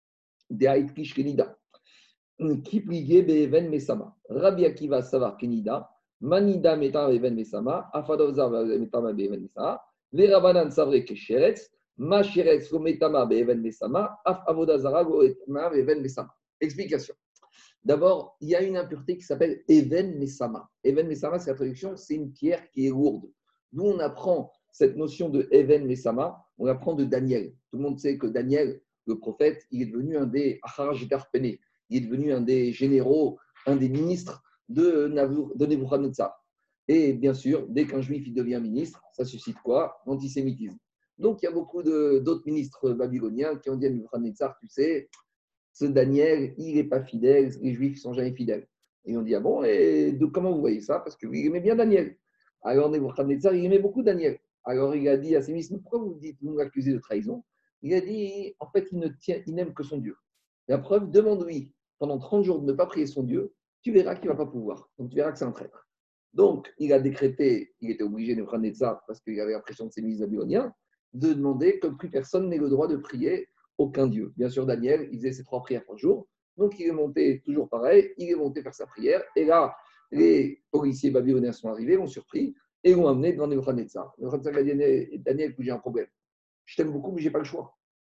de Haït Kish Kenida, qui plié Beven Mesama. Rabbi Akiva Savar Kenida, Manida Meta Beven Mesama, Afadovza Metama Beven Mesama. Les Rabanan savraient que Sheretz, Ma Sheretz, Metama, Beven Mesama, Af Avodazara, Goetma, Beven Mesama. Explication. D'abord, il y a une impureté qui s'appelle Even Mesama. Even Mesama, c'est la traduction, c'est une pierre qui est lourde. D'où on apprend cette notion de Even Mesama, on l'apprend de Daniel. Tout le monde sait que Daniel, le prophète, il est devenu un des Acharaj Garpene, il est devenu un des généraux, un des ministres de Nebuchadnezzar. Et bien sûr, dès qu'un juif il devient ministre, ça suscite quoi? L'antisémitisme. Donc, il y a beaucoup d'autres ministres babyloniens qui ont dit à Nebuchadnezzar, tu sais, ce Daniel, il n'est pas fidèle, les juifs ne sont jamais fidèles. Et on dit, ah bon, et comment vous voyez ça? Parce qu'il aimait bien Daniel. Alors, Nebuchadnezzar, il aimait beaucoup Daniel. Alors, il a dit à ses ministres, pourquoi vous l'accusez de trahison? Il a dit, en fait, il n'aime que son Dieu. La preuve, demande-lui pendant 30 jours de ne pas prier son Dieu, tu verras qu'il ne va pas pouvoir. Donc, tu verras que c'est un traître. Donc, il a décrété, il était obligé de prendre ça parce qu'il avait l'impression de ses ministres babyloniens, de demander que plus personne n'ait le droit de prier aucun Dieu. Bien sûr, Daniel, il faisait ses 3 prières par jour. Donc, il est monté, toujours pareil, il est monté faire sa prière. Et là, les policiers babyloniens sont arrivés, l'ont surpris et l'ont amené devant Nebuchadnezzar. Nebuchadnezzar a dit, Daniel, j'ai un problème. Je t'aime beaucoup, mais je n'ai pas le choix.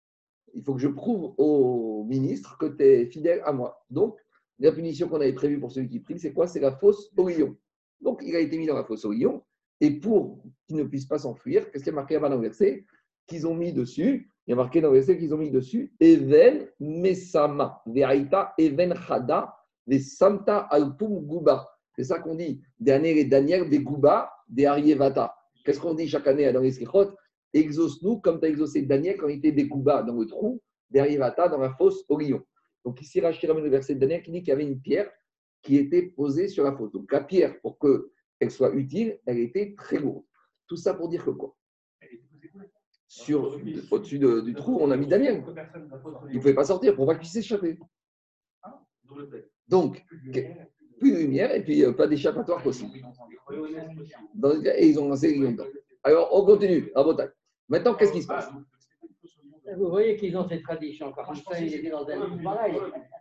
Il faut que je prouve au ministre que tu es fidèle à moi. Donc, la punition qu'on avait prévue pour celui qui prie, c'est quoi? C'est la fosse au lion. Donc, il a été mis dans la fosse au lion. Et pour qu'il ne puisse pas s'enfuir, qu'est-ce qui est marqué avant dans le verset? Qu'ils ont mis dessus, il y a marqué dans le verset qu'ils ont mis dessus, Even Mesama, Ve'aita Even Chada, Ve'samta Alpum Guba. C'est ça qu'on dit. Daniel et Daniel, Ve'guba, Ve'arievata. Qu'est-ce qu'on dit chaque année dans les Srichot? Exauce-nous comme tu as exaucé Daniel quand il était Ve'guba dans le trou, Ve'arievata dans la fosse au lion. Donc ici, Rachid ramène le verset de Daniel qui dit qu'il y avait une pierre qui était posée sur la fosse. Donc la pierre, pour qu'elle soit utile, elle était très lourde. Tout ça pour dire que quoi? Au-dessus du trou, on a mis Daniel. Il ne pouvait pas sortir pour pas qu'il s'échappe. Donc, plus de lumière et puis pas d'échappatoire possible. Et ils ont lancé les lions. Alors, on continue. À Bretagne. Maintenant, qu'est-ce qui se passe? Vous voyez qu'ils ont cette tradition. Quand ça, il était dans un livre pareil.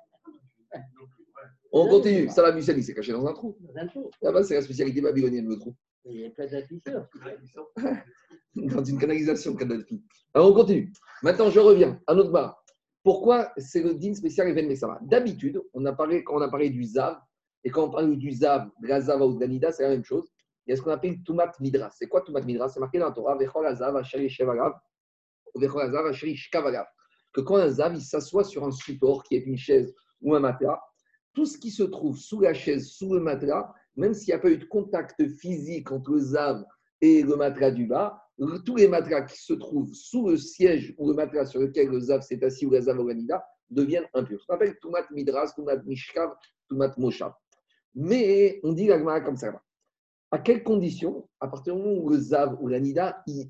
On continue. Ça va, Musali, c'est caché dans un trou. Dans un trou. Là-bas, c'est la spécialité babylonienne, le trou. Il y a plein d'afficheurs. Dans une canalisation, Kadhafi. Alors, on continue. Maintenant, je reviens à notre bar. Pourquoi c'est le din spécial Even Mesama? D'habitude, quand on a parlé du Zav, et quand on parle du Zav, de la Zava ou de l'Anida, c'est la même chose. Il y a ce qu'on appelle Tumat Midras. C'est quoi Tumat Midras? C'est marqué dans la Torah, Vechol Azav, Asheri Shevagav, ou Vechol Azav, Asheri Shkavagav. Que quand un Zav, il s'assoit sur un support qui est une chaise ou un matelas, tout ce qui se trouve sous la chaise, sous le matelas, même s'il n'y a pas eu de contact physique entre le Zav et le matelas du bas, tous les matelas qui se trouvent sous le siège ou le matelas sur lequel le Zav s'est assis ou la Zav Oganida deviennent impurs. Ça s'appelle Tumat Midras, Tumat Mishkav, Tumat Moshav. Mais on dit la Gemara comme ça. À quelles conditions, à partir du moment où le Zav ou l'Anida, il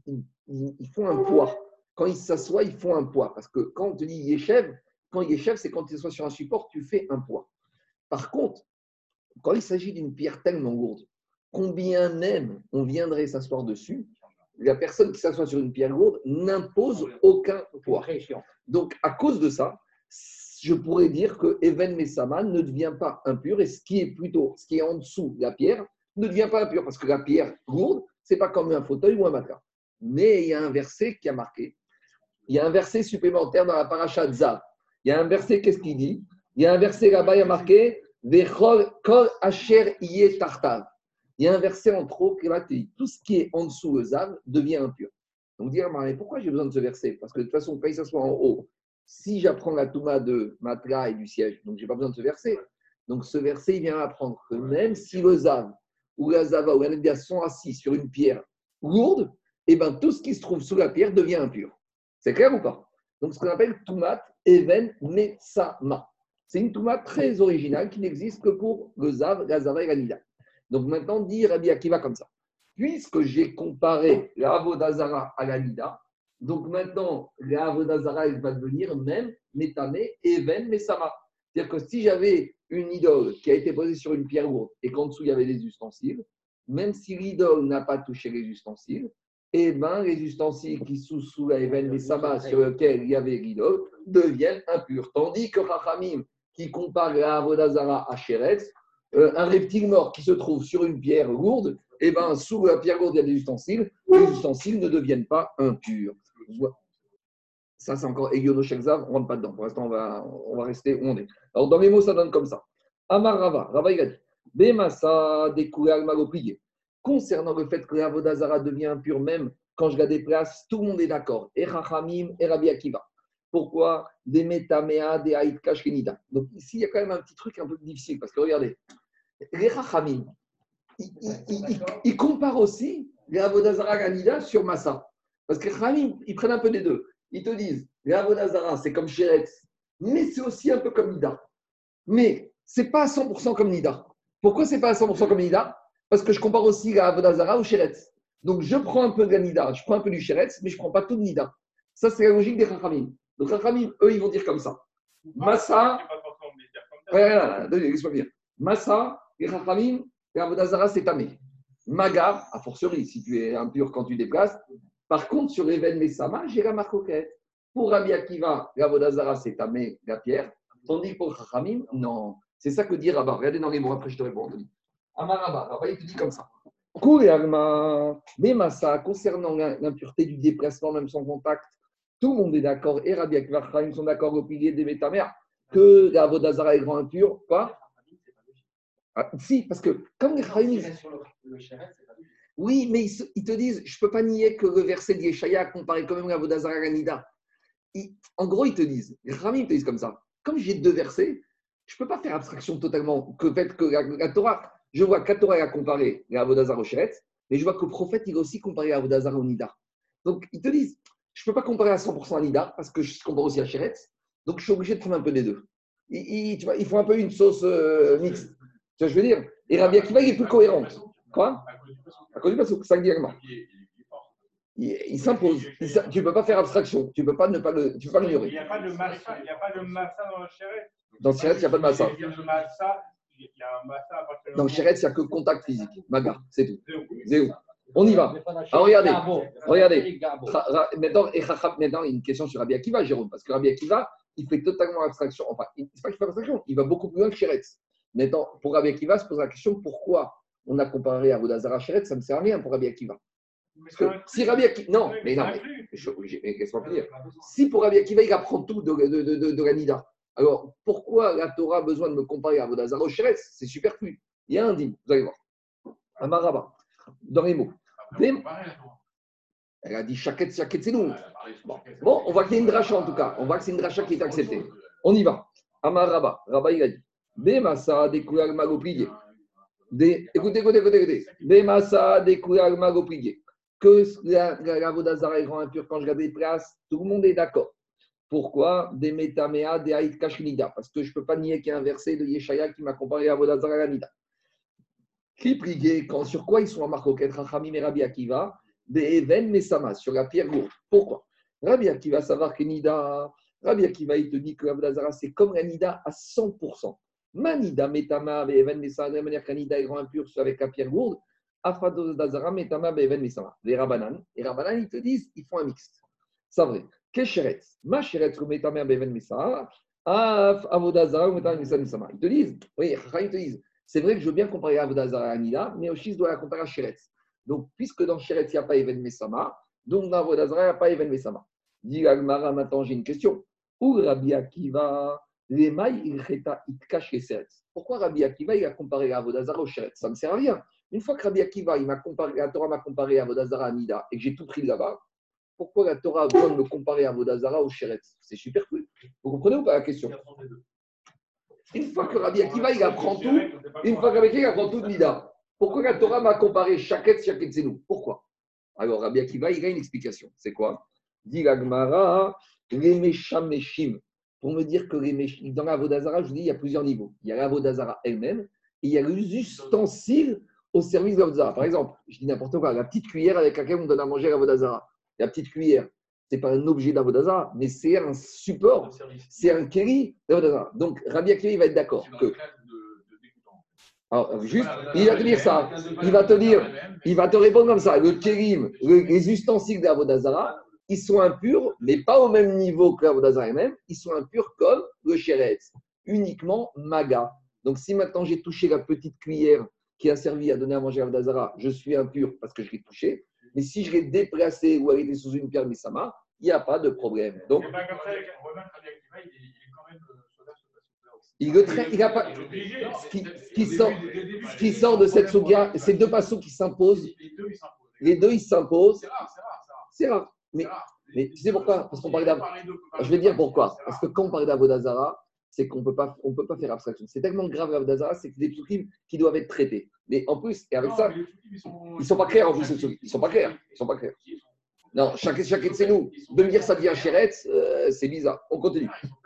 ils font un poids. Quand ils s'assoient, ils font un poids. Parce que quand on te dit Yeshev, quand Yeshev, c'est quand tu s'assois sur un support, tu fais un poids. Par contre, quand il s'agit d'une pierre tellement lourde, combien même on viendrait s'asseoir dessus, la personne qui s'assoit sur une pierre lourde n'impose aucun poids. Donc, à cause de ça, je pourrais dire que Even Messama ne devient pas impur et ce qui est en dessous de la pierre ne devient pas impur parce que la pierre lourde, ce n'est pas comme un fauteuil ou un matelas. Mais il y a un verset qui a marqué. Il y a un verset supplémentaire dans la paracha de Zav. Il y a un verset, qu'est-ce qu'il dit? Il y a un verset là-bas, il y a marqué Vechol kol asher iye tartav. Il y a un verset en trop qui va te dire tout ce qui est en dessous le Zav devient impur. Donc, dire, mais pourquoi j'ai besoin de ce verset? Parce que de toute façon, quand il s'assoit en haut, si j'apprends la Touma de matelas et du siège, donc je n'ai pas besoin de ce verset. Donc, ce verset, il vient apprendre que même si le Zav ou la Zava ou la sont assis sur une pierre lourde, et ben, tout ce qui se trouve sous la pierre devient impur. C'est clair ou pas? Donc, ce qu'on appelle Toumat Even Metsama. C'est une Touma très originale qui n'existe que pour le Zav, la Zava et la Nida. Donc, maintenant, dit Rabbi Akiva comme ça. Puisque j'ai comparé la Avodazara à la Nida, donc maintenant, la Avodazara, elle va devenir même Metame Even Mesama. C'est-à-dire que si j'avais une idole qui a été posée sur une pierre lourde et qu'en dessous il y avait des ustensiles, même si l'idole n'a pas touché les ustensiles, eh ben, les ustensiles qui sont sous la Even Mesama sur lequel il y avait l'idole deviennent impurs. Tandis que Rachamim, qui compare la Avodazara à Sheretz, un reptile mort qui se trouve sur une pierre lourde, eh ben, sous la pierre lourde, il y a des ustensiles, les ustensiles ne deviennent pas impurs. Ça, c'est encore Egyono Shekzav, on ne rentre pas dedans. Pour l'instant, on va rester où on est. Alors, dans les mots, ça donne comme ça. Amar Rava, Rava, il a dit Bemasa, Dekoural, Magoplié. Concernant le fait que la Vodazara devient impure, même quand je la déplace, tout le monde est d'accord. Et Chachamim et Rabbi Akiva. Pourquoi? Des Metamea, des Haït Kashkenida. Donc, ici, il y a quand même un petit truc un peu difficile. Parce que regardez, les Chachamim, ils comparent aussi les Avodazara Ganida sur Massa. Parce que les Chachamim, ils prennent un peu des deux. Ils te disent, les Avodazara, c'est comme Sheretz, mais c'est aussi un peu comme Nida. Mais ce n'est pas à 100% comme Nida. Pourquoi ce n'est pas à 100% comme Nida? Parce que je compare aussi la Avodazara au Sheretz. Donc je prends un peu de la Nida, je prends un peu du Sheretz, mais je ne prends pas tout de Nida. Ça, c'est la logique des Chachamim. Donc Chachamim, eux, ils vont dire comme ça. Massa, laisse-moi dire. Massa, les Chachamim, les Avodazara, c'est tamé. Maga, a fortiori, si tu es impur quand tu déplaces. Par contre, sur Even Messama, j'ai la marcoquette. Pour Rabbi Akiva, la Vodazara, c'est tamé, la pierre. Tandis que pour Chachamim, non. C'est ça que dit Rabba. Regardez dans les mots, après je te réponds. Amarabba, Rabba, il te dit comme ça. Mais Massa, concernant l'impureté du déplacement, même sans contact, tout le monde est d'accord. Et Rabbi Akiva, Chachamim sont d'accord au pilier des Métamères que la Vodazara est grand impure. Quoi? Si, parce que comme les Chachamim. Oui, mais ils te disent, je ne peux pas nier que le verset de Yeshaya comparait quand même la Vodazara à la Nida. En gros, ils te disent, les Chachamim te disent comme ça. Comme j'ai deux versets, je ne peux pas faire abstraction totalement que fait que la Torah, je vois que la Torah a comparé la Avodazara au Sheretz, mais je vois que le prophète, il a aussi comparé la Avodazara au Nida. Donc, ils te disent, je ne peux pas comparer à 100% à Nida, parce que je compare aussi à Sheretz, donc je suis obligé de prendre un peu des deux. Tu vois, ils font un peu une sauce mixte. Tu vois ce que je veux dire? Et Rabbi Akiva, il est plus cohérent. Quoi? À cause du passage, ça directement. Il s'impose. Tu ne peux pas faire abstraction. Tu ne peux pas l'ignorer. Il n'y a pas de massa dans le Sheretz. Dans le Sheretz, il n'y a pas de massa. Il y a un massa à partir de. Dans le Sheretz, il n'y a que contact physique. Maga, c'est tout. Zéou. On y va. Alors regardez. Maintenant, il y a une question sur Rabbi Akiva, Jérôme. Parce que Rabbi Akiva, il fait totalement abstraction. Enfin, c'est pas qu'il fait abstraction. Il va beaucoup plus loin que Sheretz. Maintenant, pour Rabbi Akiva, se pose la question pourquoi on a comparé à Avodazara Sheretz, ça ne sert à rien pour Rabbi Akiva. Parce que si Rabbi Akiva. Non, mais laisse-moi finir. Si pour Rabbi Akiva, il apprend tout de la Nida, alors pourquoi la Torah a besoin de me comparer à Avodazara Sheretz? C'est superflu. Il y a un dit, vous allez voir. Amaraba, dans les mots. Elle a dit Shaket, c'est nous. Bon, on voit qu'il y a une dracha en tout cas. On voit que c'est une dracha qui est acceptée. On y va. Amaraba, Rabba, il a dit Bemasa, des couleurs magopliées. Écoutez. Bemasa, des couleurs magopliées. Que la Vodazara est grand impure quand je la déplace, tout le monde est d'accord. Pourquoi? Des Metamea, des Haït Kashnida. Parce que je ne peux pas nier qu'il y a un verset de Yeshaya qui m'a comparé à Vodazara Ganida. Qui priait, sur quoi ils sont à Marcoquette, Rachamim et Rabbi Akiva, Be'even Mesama, sur la pierre lourde. Pourquoi? Rabbi Akiva savoir que Nida, Rabbi Akiva, il te dit que Avodazara, c'est comme la Nida à 100%. Manida Metama Be'even Mesama, de la manière qu'un Nida est rend impur avec la pierre lourde, Avodazara Metama Be'even Mesama. Les Rabbanan, ils te disent, ils font un mixte. C'est vrai. Kesheret, ma Sheret, Metama Be'even Mesama, Avodazara, Metama Be'even Mesama. Ils te disent, oui, ils te disent, c'est vrai que je veux bien comparer Avodazara à Nida, mais aussi je dois la comparer à Sheret. Donc, puisque dans Sheret, il n'y a pas Even Mesama, donc dans Avodazara, il n'y a pas Even Mesama. Dit Agmara, maintenant j'ai une question. Où Rabbi Akiva, les mailles, il cache les Sheret. Pourquoi Rabbi Akiva, il a comparé Avodazara au Sheret? Ça ne me sert à rien. Une fois que Rabbi Akiva, la Torah m'a comparé Avodazara à Nida et que j'ai tout pris là-bas, pourquoi la Torah a besoin de me comparer Avodazara au Sheret? C'est super cool. Vous comprenez ou pas la question? Une fois que Rabbi Akiva, il apprend tout, une fois que Rabbi Akiva, il apprend tout de Nida, pourquoi la Torah m'a comparé Shaket, Zenou? Pourquoi? Alors, Rabbi Akiva, il a une explication. C'est quoi? Dit l'Agmara, les Meshameshim. Pour me dire que dans la Vodazara, je vous dis, il y a plusieurs niveaux. Il y a la Vodazara elle-même et il y a les ustensiles au service de la Vodazara. Par exemple, je dis n'importe quoi, la petite cuillère avec laquelle on donne à manger à la Vodazara. La petite cuillère, ce n'est pas un objet d'Avodazara, mais c'est un support, c'est un kéli d'Avodazara. Donc, Rabbi Akiva, il va être d'accord que. Alors, juste, il va te dire ça. Il va te répondre comme ça. Le kérim, les ustensiles de l'Avodazara, ils sont impurs, mais pas au même niveau que l'Avodazara elle-même. Ils sont impurs comme le chéretz, uniquement maga. Donc, si maintenant j'ai touché la petite cuillère qui a servi à donner à manger à l'Avodazara, je suis impur parce que je l'ai touché. Mais si je l'ai déplacé ou elle était sous une pierre Messama, il n'y a pas de problème. Donc, il n'a pas. Ce qui sort de cette souga, ces deux passos qui s'imposent. Les deux, ils s'imposent. C'est rare. Mais tu sais pourquoi? Parce qu'on parle d'Avodazara. Je vais dire pourquoi. Parce que quand on parle d'Avodazara, c'est qu'on ne peut pas faire abstraction. C'est tellement grave l'Avodazara, c'est que c'est des trucs qui doivent être traités. Mais en plus, et avec ça, ils ne sont pas clairs en plus. Ils ne sont pas clairs. Non, chacun c'est nous. De me dire ça devient chéretz, c'est bizarre. On continue.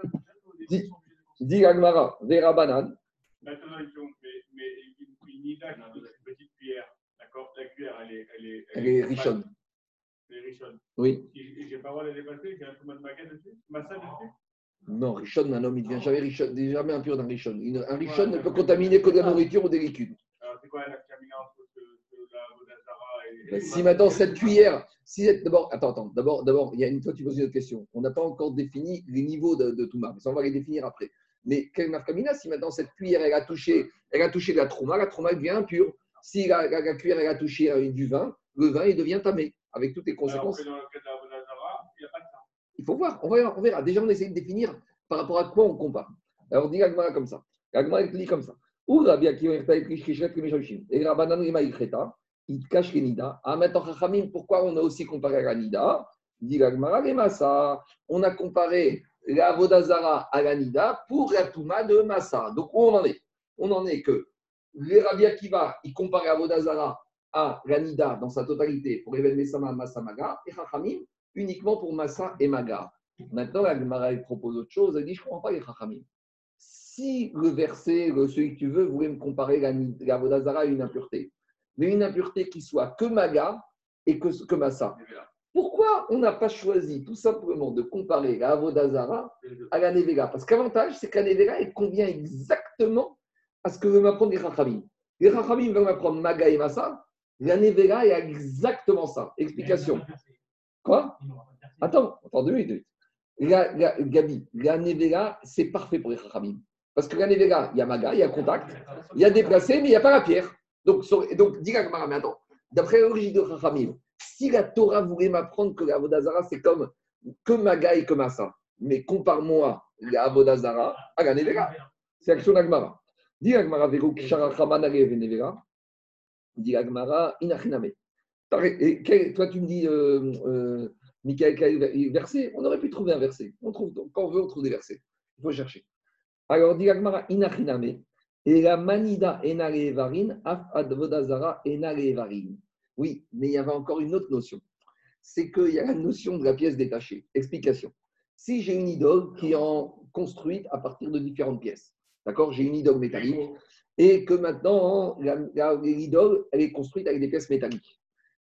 Dit Agmara, Vera Banan. Maintenant, mais une Nida qui est une petite cuillère, d'accord? La cuillère, Elle est richonne. Elle est richonne. Oui. Et j'ai pas le droit de la dépasser, j'ai un peu de maga dessus, massa dessus. Non, richonne, un homme, il ne devient jamais impur d'un richonne. Un richonne ne peut contaminer que de la nourriture ou des liquides. Alors, c'est quoi la contamination entre la Vodazara et. Si maintenant cette cuillère. D'abord, attends. D'abord, il y a une fois tu poses une autre question. On n'a pas encore défini les niveaux de Touma, mais ça, on va les définir après. Mais quel nafkamina, si maintenant cette cuillère elle a touché de la trouma elle devient impure. Si la cuillère elle a touché du vin, le vin il devient tamé, avec toutes les conséquences. Alors, dans le cas de la Vodazara, il n'y a pas de ça. Il faut voir, on verra. Déjà, on essaie de définir par rapport à quoi on compare. Alors, on dit l'agma comme ça. L'agma il dit comme ça. Ou Rabbi Akiva et Rabbanan Rima Ikreta, il cache les Nida. Ah, maintenant, Chachamim, pourquoi on a aussi comparé à la Nida? Dit l'agma, on a comparé la Vodazara à la Nida pour la Touma de Massa. Donc, où on en est? On en est que les Rabbi Akiva, il compare la Vodazara à la Nida dans sa totalité pour Even Mesama, Massa, Maga, et Chachamim uniquement pour Massa et Maga. Maintenant, la Gemara propose autre chose. Elle dit, je ne comprends pas les Chachamim. Si le verset, celui que tu veux, voulait me comparer la Vodazara à une impureté, mais une impureté qui soit que Maga et que Massa, pourquoi on n'a pas choisi tout simplement de comparer la Vodazara à la Nevela? Parce qu'avantage, c'est que la Nevela, elle convient exactement à ce que veut m'apprendre les Chachamim. Les Chachamim veulent m'apprendre Maga et Massa. La Nevela est exactement ça. Explication. Quoi? Attends 2 minutes. Gabi, la Nevela, c'est parfait pour les Chachamim. Parce que la Nevela, il y a Maga, il y a contact, il y a déplacé, mais il n'y a pas la pierre. Donc dis la Gemara, mais attends. D'après l'origine de Chachamim, si la Torah voulait m'apprendre que la Vodazara, c'est comme que Maga et que Massa, mais compare-moi la Vodazara à la Nevela. C'est l'action d'Agmara. Dis la Gemara, Vero Kishara Chamanare Venevela. Dis la Gemara, Inachiname. Toi, tu me dis, Michael, quel verset? On aurait pu trouver un verset. Quand on veut, on trouve des versets. Il faut chercher. Alors, dit Agmara, Inachiname. Et la Manida Enare Varin, Af Advodazara Enare Varin. Oui, mais il y avait encore une autre notion. C'est qu'il y a la notion de la pièce détachée. Explication. Si j'ai une idole qui est construite à partir de différentes pièces, d'accord? J'ai une idole métallique et que maintenant, l'idole, elle est construite avec des pièces métalliques.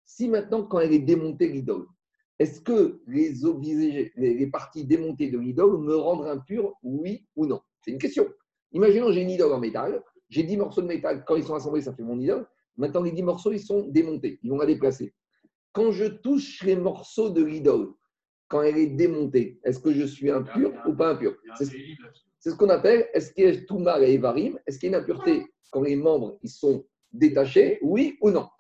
Si maintenant, quand elle est démontée, l'idole, est-ce que les parties démontées de l'idole me rendent impur, oui ou non? C'est une question. Imaginons, j'ai une idole en métal, j'ai 10 morceaux de métal, quand ils sont assemblés, ça fait mon idole. Maintenant, les 10 morceaux, ils sont démontés, ils vont la déplacer. Quand je touche les morceaux de l'idole, quand elle est démontée, est-ce que je suis impur ou pas impur? C'est ce qu'on appelle, est-ce qu'il y a Touma et Evarim? Est-ce qu'il y a une impureté quand les membres ils sont détachés, oui ou non?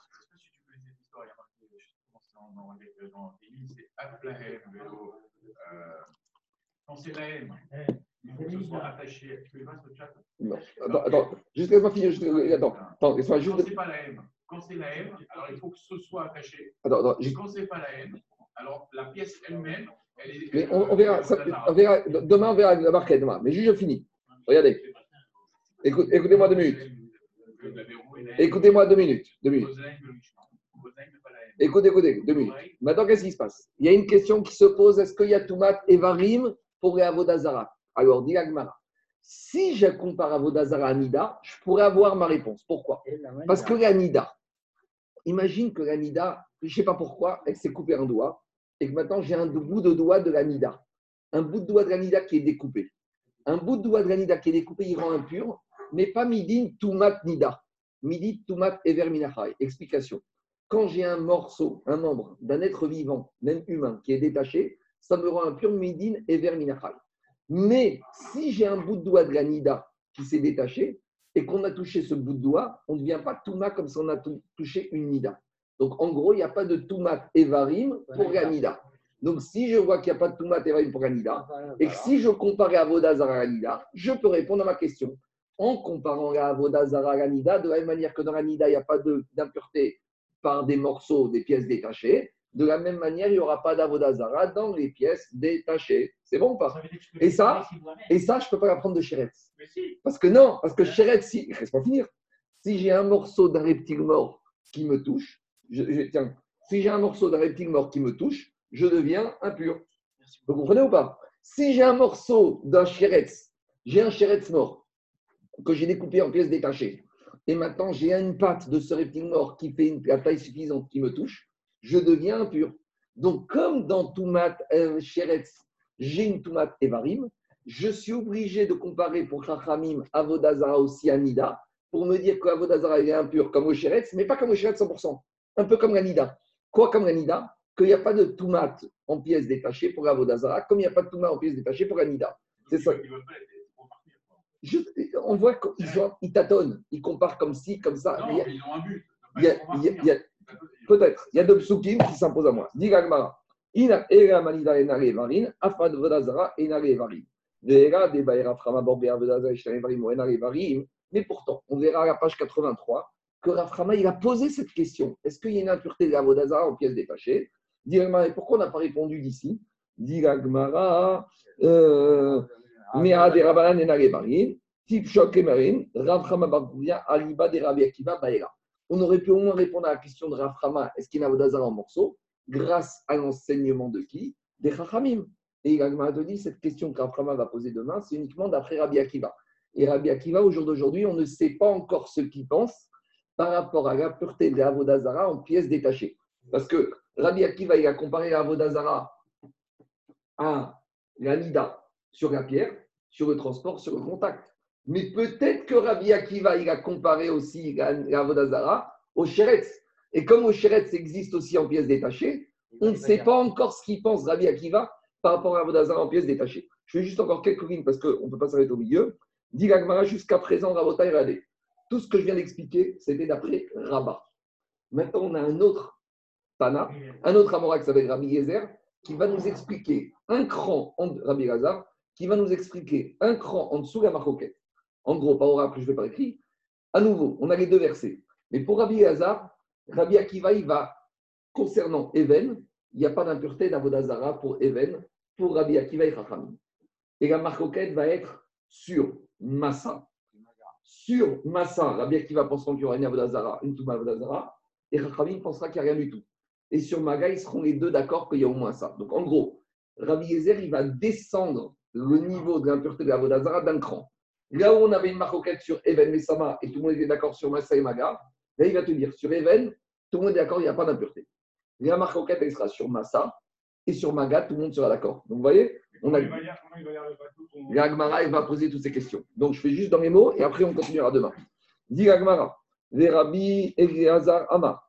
Quand c'est la haine, il faut que ce soit attaché. Tu vois ce chat? Non. Attends, juste laisse-moi finir. Attends, laisse-moi juste. Quand c'est pas la haine, quand c'est la haine, alors il faut que ce soit attaché. Et quand c'est pas la haine, alors la pièce elle-même, elle est. Mais on verra, demain, on verra la marquette demain. Mais juste, je finis. Regardez. Écoutez-moi 2 minutes. Écoutez-moi 2 minutes. 2 minutes. Écoutez, 2 minutes. Maintenant, qu'est-ce qui se passe? Il y a une question qui se pose, est-ce qu'il y a Toumat et Varim pour les Avodazara? Alors, dit Agmara, si je compare Avodazara à Nida, je pourrais avoir ma réponse. Pourquoi? Parce que la Nida, imagine que la Nida, je ne sais pas pourquoi, elle s'est coupée un doigt, et que maintenant j'ai un bout de doigt de la Nida. Un bout de doigt de la Nida qui est découpé. Un bout de doigt de la Nida qui est découpé, il rend impur, mais pas Midin Toumat Nida. Midin Toumat Ever Minachai. Explication. Quand j'ai un morceau, un membre d'un être vivant, même humain, qui est détaché, ça me rend impur Midin Ever Minachai. Mais si j'ai un bout de doigt de la Nida qui s'est détaché et qu'on a touché ce bout de doigt, on ne devient pas Touma comme si on a touché une Nida. Donc en gros, il n'y a pas de Toumat Evarim pour la Nida. Donc si je vois qu'il n'y a pas de Toumat Evarim pour la Nida, et que si je compare à Avodazara à la Nida, je peux répondre à ma question. En comparant la Avodazara à la Nida, de la même manière que dans la Nida, il n'y a pas d'impureté par des morceaux, des pièces détachées, de la même manière, il n'y aura pas d'Avodazara dans les pièces détachées. C'est bon ou pas? Et ça, je ne peux pas l'apprendre de Sheretz. Parce que non, parce que Sheretz, laisse-moi finir. Si j'ai un morceau d'un reptile mort qui me touche, tiens, si j'ai un morceau d'un reptile mort qui me touche, je deviens impur. Vous comprenez ou pas? Si j'ai un morceau d'un Sheretz, j'ai un Sheretz mort que j'ai découpé en pièces détachées, et maintenant j'ai une patte de ce reptile mort qui fait la taille suffisante qui me touche, je deviens impur. Donc, comme dans Toumat Sheretz, j'ai une Toumat Evarim, je suis obligé de comparer pour Chachamim Avodazara aussi à Nida, pour me dire que Avodazara est impur comme au Sheretz, mais pas comme au Sheretz 100%, un peu comme la Nida. Quoi comme la Nida? Qu'il n'y a pas de Toumat en pièces détachées pour Avodazara, comme il n'y a pas de Toumat en pièces détachées pour la Nida. C'est ça. On voit qu'ils tâtonnent, ils comparent comme ci, comme ça. Non, mais ils ont un but. Peut-être, il y a deux psukim qui s'imposent à moi. Dit Gagmara, Ina era manida enare varin, afad vodazara enare varin. Vera de baera frama borbea vodazara enare varin ou enare varin. Mais pourtant, on verra à la page 83 que Raframa, il a posé cette question. Est-ce qu'il y a une impureté de la vodazara en pièces détachées? Dit Gagmara, pourquoi on n'a pas répondu d'ici? Dit Gagmara, Mea de rabanan enare varin, type choc marin, Raframa barbia aliba de Rabbi Akiva baera. On aurait pu au moins répondre à la question de Raframa, est-ce qu'il y a un Avodazara en morceaux, grâce à l'enseignement de qui? Des Chachamim. Et Gagmara te dit, cette question que Raframa va poser demain, c'est uniquement d'après Rabbi Akiva. Et Rabbi Akiva, au jour d'aujourd'hui, on ne sait pas encore ce qu'il pense par rapport à la pureté des Avodazara en pièces détachées. Parce que Rabbi Akiva, il a comparé l'Avodazara à la Nida sur la pierre, sur le transport, sur le contact. Mais peut-être que Rabbi Akiva, il a comparé aussi la Vodazara au Sheretz. Et comme au Sheretz existe aussi en pièces détachées, on ne sait pas encore ce qu'il pense Rabbi Akiva par rapport à la Vodazara en pièces détachées. Je fais juste encore quelques lignes parce qu'on ne peut pas s'arrêter au milieu. Dit Gagmara, jusqu'à présent, Rabota et Radé. Tout ce que je viens d'expliquer, c'était d'après Rabat. Maintenant, on a un autre Tana, un autre Amora qui s'appelle Rabbi Yezer, qui va nous expliquer un cran en Rabbi Lazar, qui va nous expliquer un cran en dessous de la marcoquette. En gros, par oracle, je ne vais pas écrire. À nouveau, on a les deux versets. Mais pour Rabbi Elazar, Rabbi Akiva, il va, concernant Even, il n'y a pas d'impureté d'Avodazara pour Even, pour Rabbi Akiva et Chachamim. Et la marcoquette va être sur Massa. Sur Massa, Rabbi Akiva pensera qu'il y aura une Avodazara, une Touma Avodazara, et Chachamim pensera qu'il n'y a rien du tout. Et sur Maga, ils seront les deux d'accord qu'il y a au moins ça. Donc en gros, Rabbi Yezer, il va descendre le niveau de l'impureté de l'Avodazara d'un cran. Là où on avait une marcoquette sur Even Messama et tout le monde était d'accord sur Massa et Maga, là il va te dire sur Even, tout le monde est d'accord, il n'y a pas d'impureté. La marcoquette, elle sera sur Massa et sur Magat, tout le monde sera d'accord. Donc, vous voyez, on a. La Gemara, elle va poser toutes ces questions. Donc, je fais juste dans les mots et après, on continuera demain. Dit la Gemara, les Rabbi Eliezer Amar.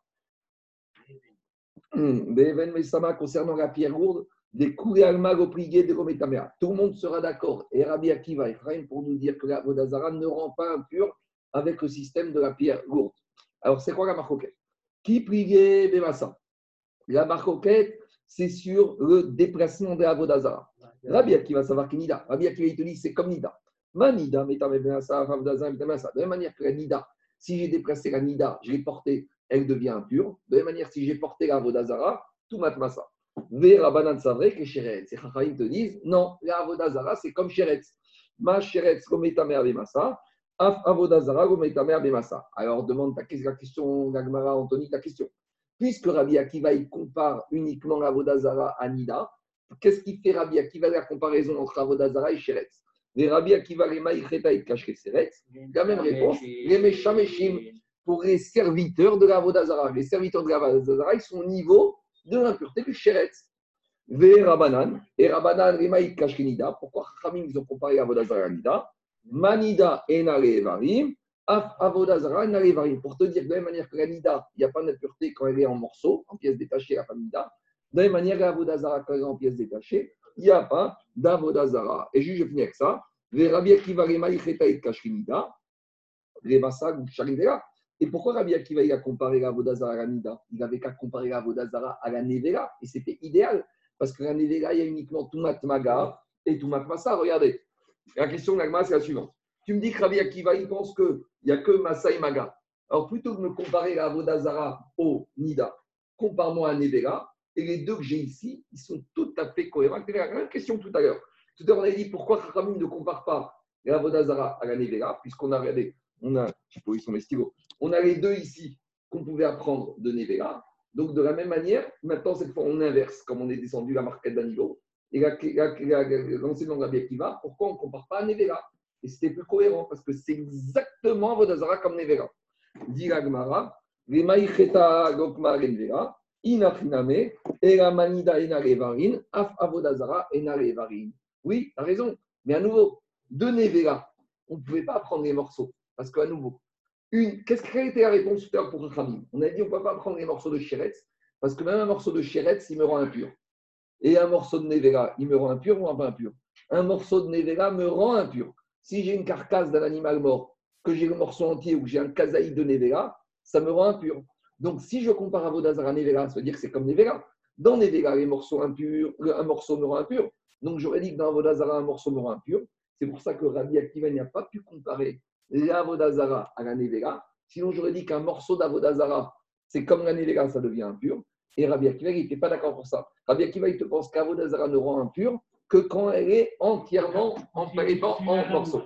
Beven Mesama, concernant la pierre lourde, des Kouré Alma, Goplié, de Gometamea. Tout le monde sera d'accord. Et Rabbi Akiva Ephraim pour nous dire que la Vodazara ne rend pas impur avec le système de la pierre lourde. Alors, c'est quoi la marcoquette? Qui plié Bemassa? La marcoquette, c'est sur le déplacement de la Vodazara. Rabbi Akiva savoir que Nida. Rabbi Akiva, il te dit, c'est comme Nida. Ma Nida, Metame Bemassa, Vodazara, Metamessa. De la même manière que la Nida, si j'ai déplacé la Nida, je l'ai portée, elle devient impure. De la même manière, si j'ai porté la Vodazara, tout matmassa. Vera Banan Savré, que Sheretz. Et Chachaim te disent, non, la Vodazara, c'est comme Sheretz. Ma Sheretz, comme Etamer Bemassa. Af Avodazara, comme Etamer Bemassa. Alors, demande la question, Gagmara, Anthony, ta question. Puisque Rabbi Akiva, il compare uniquement la Vodazara à Nida, qu'est-ce qui fait Rabbi Akiva la comparaison entre Avodazara et Sheretz? Les Rabbi Akiva, les Maïcheta et Kashke Seretz, la même réponse, les Meshameshim, pour les serviteurs de la Vodazara. Les serviteurs de la Vodazara, ils sont au niveau de l'impureté du Sheretz. Ve Rabanan, et Rabanan, les Maïk Kashke Nida, pourquoi Khamim, ils ont comparé la Vodazara à Nida? Manida enare Evarim, Af Avodazara enare Evarim. Pour te dire de la même manière que la Nida, il n'y a pas d'impureté quand elle est en morceaux, en pièces détachées, la femme Nida. De la même manière que la Avodazara, quand elle est en pièces détachées, il n'y a pas d'Avodazara. Et juste, je finis avec ça. Rabbi Akiva, les Maïcheta et Kashkinida, les Massag, Charivera. Et pourquoi Rabbi Akiva il a comparé la Avodazara à la Nida? Il n'avait qu'à comparer la Avodazara à la Nevera. Et c'était idéal. Parce que la Nevera, il y a uniquement Toumat Maga et Toumat Massa. Regardez. La question de l'Agma, c'est la suivante. Tu me dis que Rabbi Akiva, il pense qu'il n'y a que Massa et Maga. Alors, plutôt que de me comparer la Avodazara au Nida, compare-moi à Nevera. Et les deux que j'ai ici, ils sont tout à fait cohérents. C'était la même question tout à l'heure. Tout à l'heure, on avait dit pourquoi Khamim ne compare pas la Vodazara à la Nevera, puisqu'on a regardé, on a les deux ici qu'on pouvait apprendre de Nevera. Donc, de la même manière, maintenant, cette fois, on inverse, comme on est descendu la marquette d'un niveau. Et l'enseignement de Rabbi Akiva, pourquoi on ne compare pas à Nevera? Et c'était plus cohérent, parce que c'est exactement Vodazara comme Nevera. Dit la Gemara, les Maïcheta Gokma Nevera. Inachiname, Eramanida Enarevarin, Af Avodazara Enarevarin. Oui, tu as raison. Mais à nouveau, de Nevera, on ne pouvait pas prendre les morceaux. Parce qu'à nouveau, quelle était la réponse tout à l'heure pour Khamim? On a dit on ne peut pas prendre les morceaux de Sheretz, parce que même un morceau de Sheretz, il me rend impur. Et un morceau de Nevera, il me rend impur ou pas impur? Un morceau de Nevera me rend impur. Si j'ai une carcasse d'un animal mort, que j'ai le morceau entier ou que j'ai un kazaï de Nevera, ça me rend impur. Donc, si je compare Avodazara à Nevera, ça veut dire que c'est comme Nevera. Dans Nevera, les morceaux impurs, un morceau me rend impur. Donc, j'aurais dit que dans Avodazara, un morceau me rend impur. C'est pour ça que Rabbi Akiva n'a pas pu comparer l'Avodazara à la Nevera. Sinon, j'aurais dit qu'un morceau d'Avodazara, c'est comme la Nevera, ça devient impur. Et Rabbi Akiva, il n'était pas d'accord pour ça. Rabbi Akiva, il te pense qu'Avodazara ne rend impur que quand elle est entièrement en morceaux.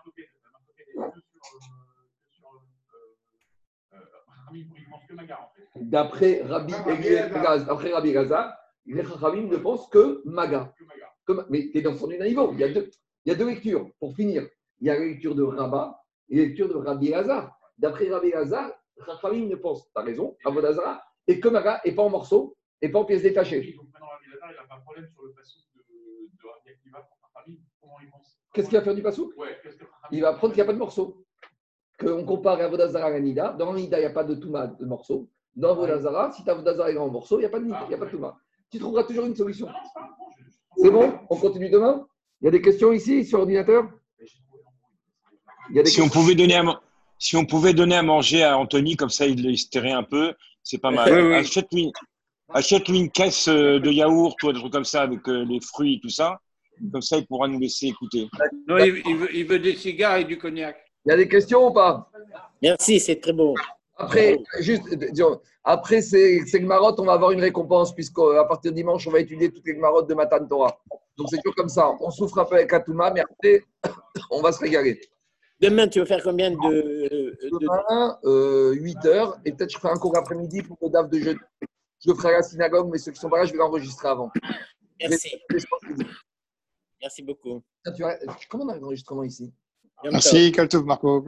D'après Rabbi Gaza, les Chachamim ne pensent que Maga. Mais tu es dans son niveau. Il y a deux lectures. Pour finir, il y a la lecture de Rabba et la lecture de Rabbi Gaza. D'après Rabbi Gaza, les Chachamim ne pensent, tu as raison, Avodazara, et que Maga, et pas en morceaux, et pas en pièces détachées. Donc maintenant, Rabbi Gaza, il n'a pas de problème sur le passage de Rabbi Akiva pour Chachamim. Comment il pense? Qu'est-ce qu'il va faire du passage? Il va apprendre qu'il n'y a pas de morceaux. Qu'on compare à Avodazara à la Nida. Dans Nida, il n'y a pas de Touma de morceaux. Dans Avodazara, si tu as Avodazara en morceaux, il n'y a pas de Nida, il n'y a pas de Touma. Tu trouveras toujours une solution. C'est bon? On continue demain? Il y a des questions ici sur l'ordinateur? Si on pouvait donner à manger à Anthony, comme ça il se tairait un peu, c'est pas mal. Oui. Achète-lui une caisse de yaourt ou des trucs comme ça avec les fruits et tout ça. Comme ça, il pourra nous laisser écouter. Non, il veut des cigares et du cognac. Il y a des questions ou pas? Merci, c'est très beau. Après, après ces Gmarot, on va avoir une récompense, puisqu'à partir de dimanche, on va étudier toutes les Gmarot de Matan Torah. Donc, c'est toujours comme ça. On souffre un peu avec Atouma, mais après, on va se régaler. Demain, tu veux faire combien de… Demain, 8 heures. Et peut-être je ferai un cours après-midi pour le DAF de jeudi. Je le ferai à la synagogue, mais ceux qui sont pas là, je vais l'enregistrer avant. Merci. Merci beaucoup. Comment on a l'enregistrement ici? Merci, Kaltov Marco.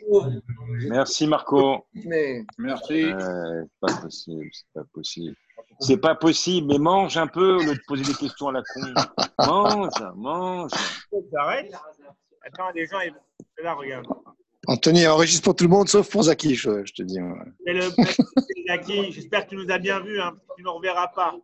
Merci Marco. Mais… Merci. C'est pas possible. C'est pas possible, mais mange un peu au lieu de poser des questions à la con. Mange. J'arrête. Attends, les gens, là, regarde. Anthony, enregistre pour tout le monde, sauf pour Zaki, je te dis. Ouais. C'est Zaki, j'espère que tu nous as bien vus, hein, parce que tu ne nous reverras pas.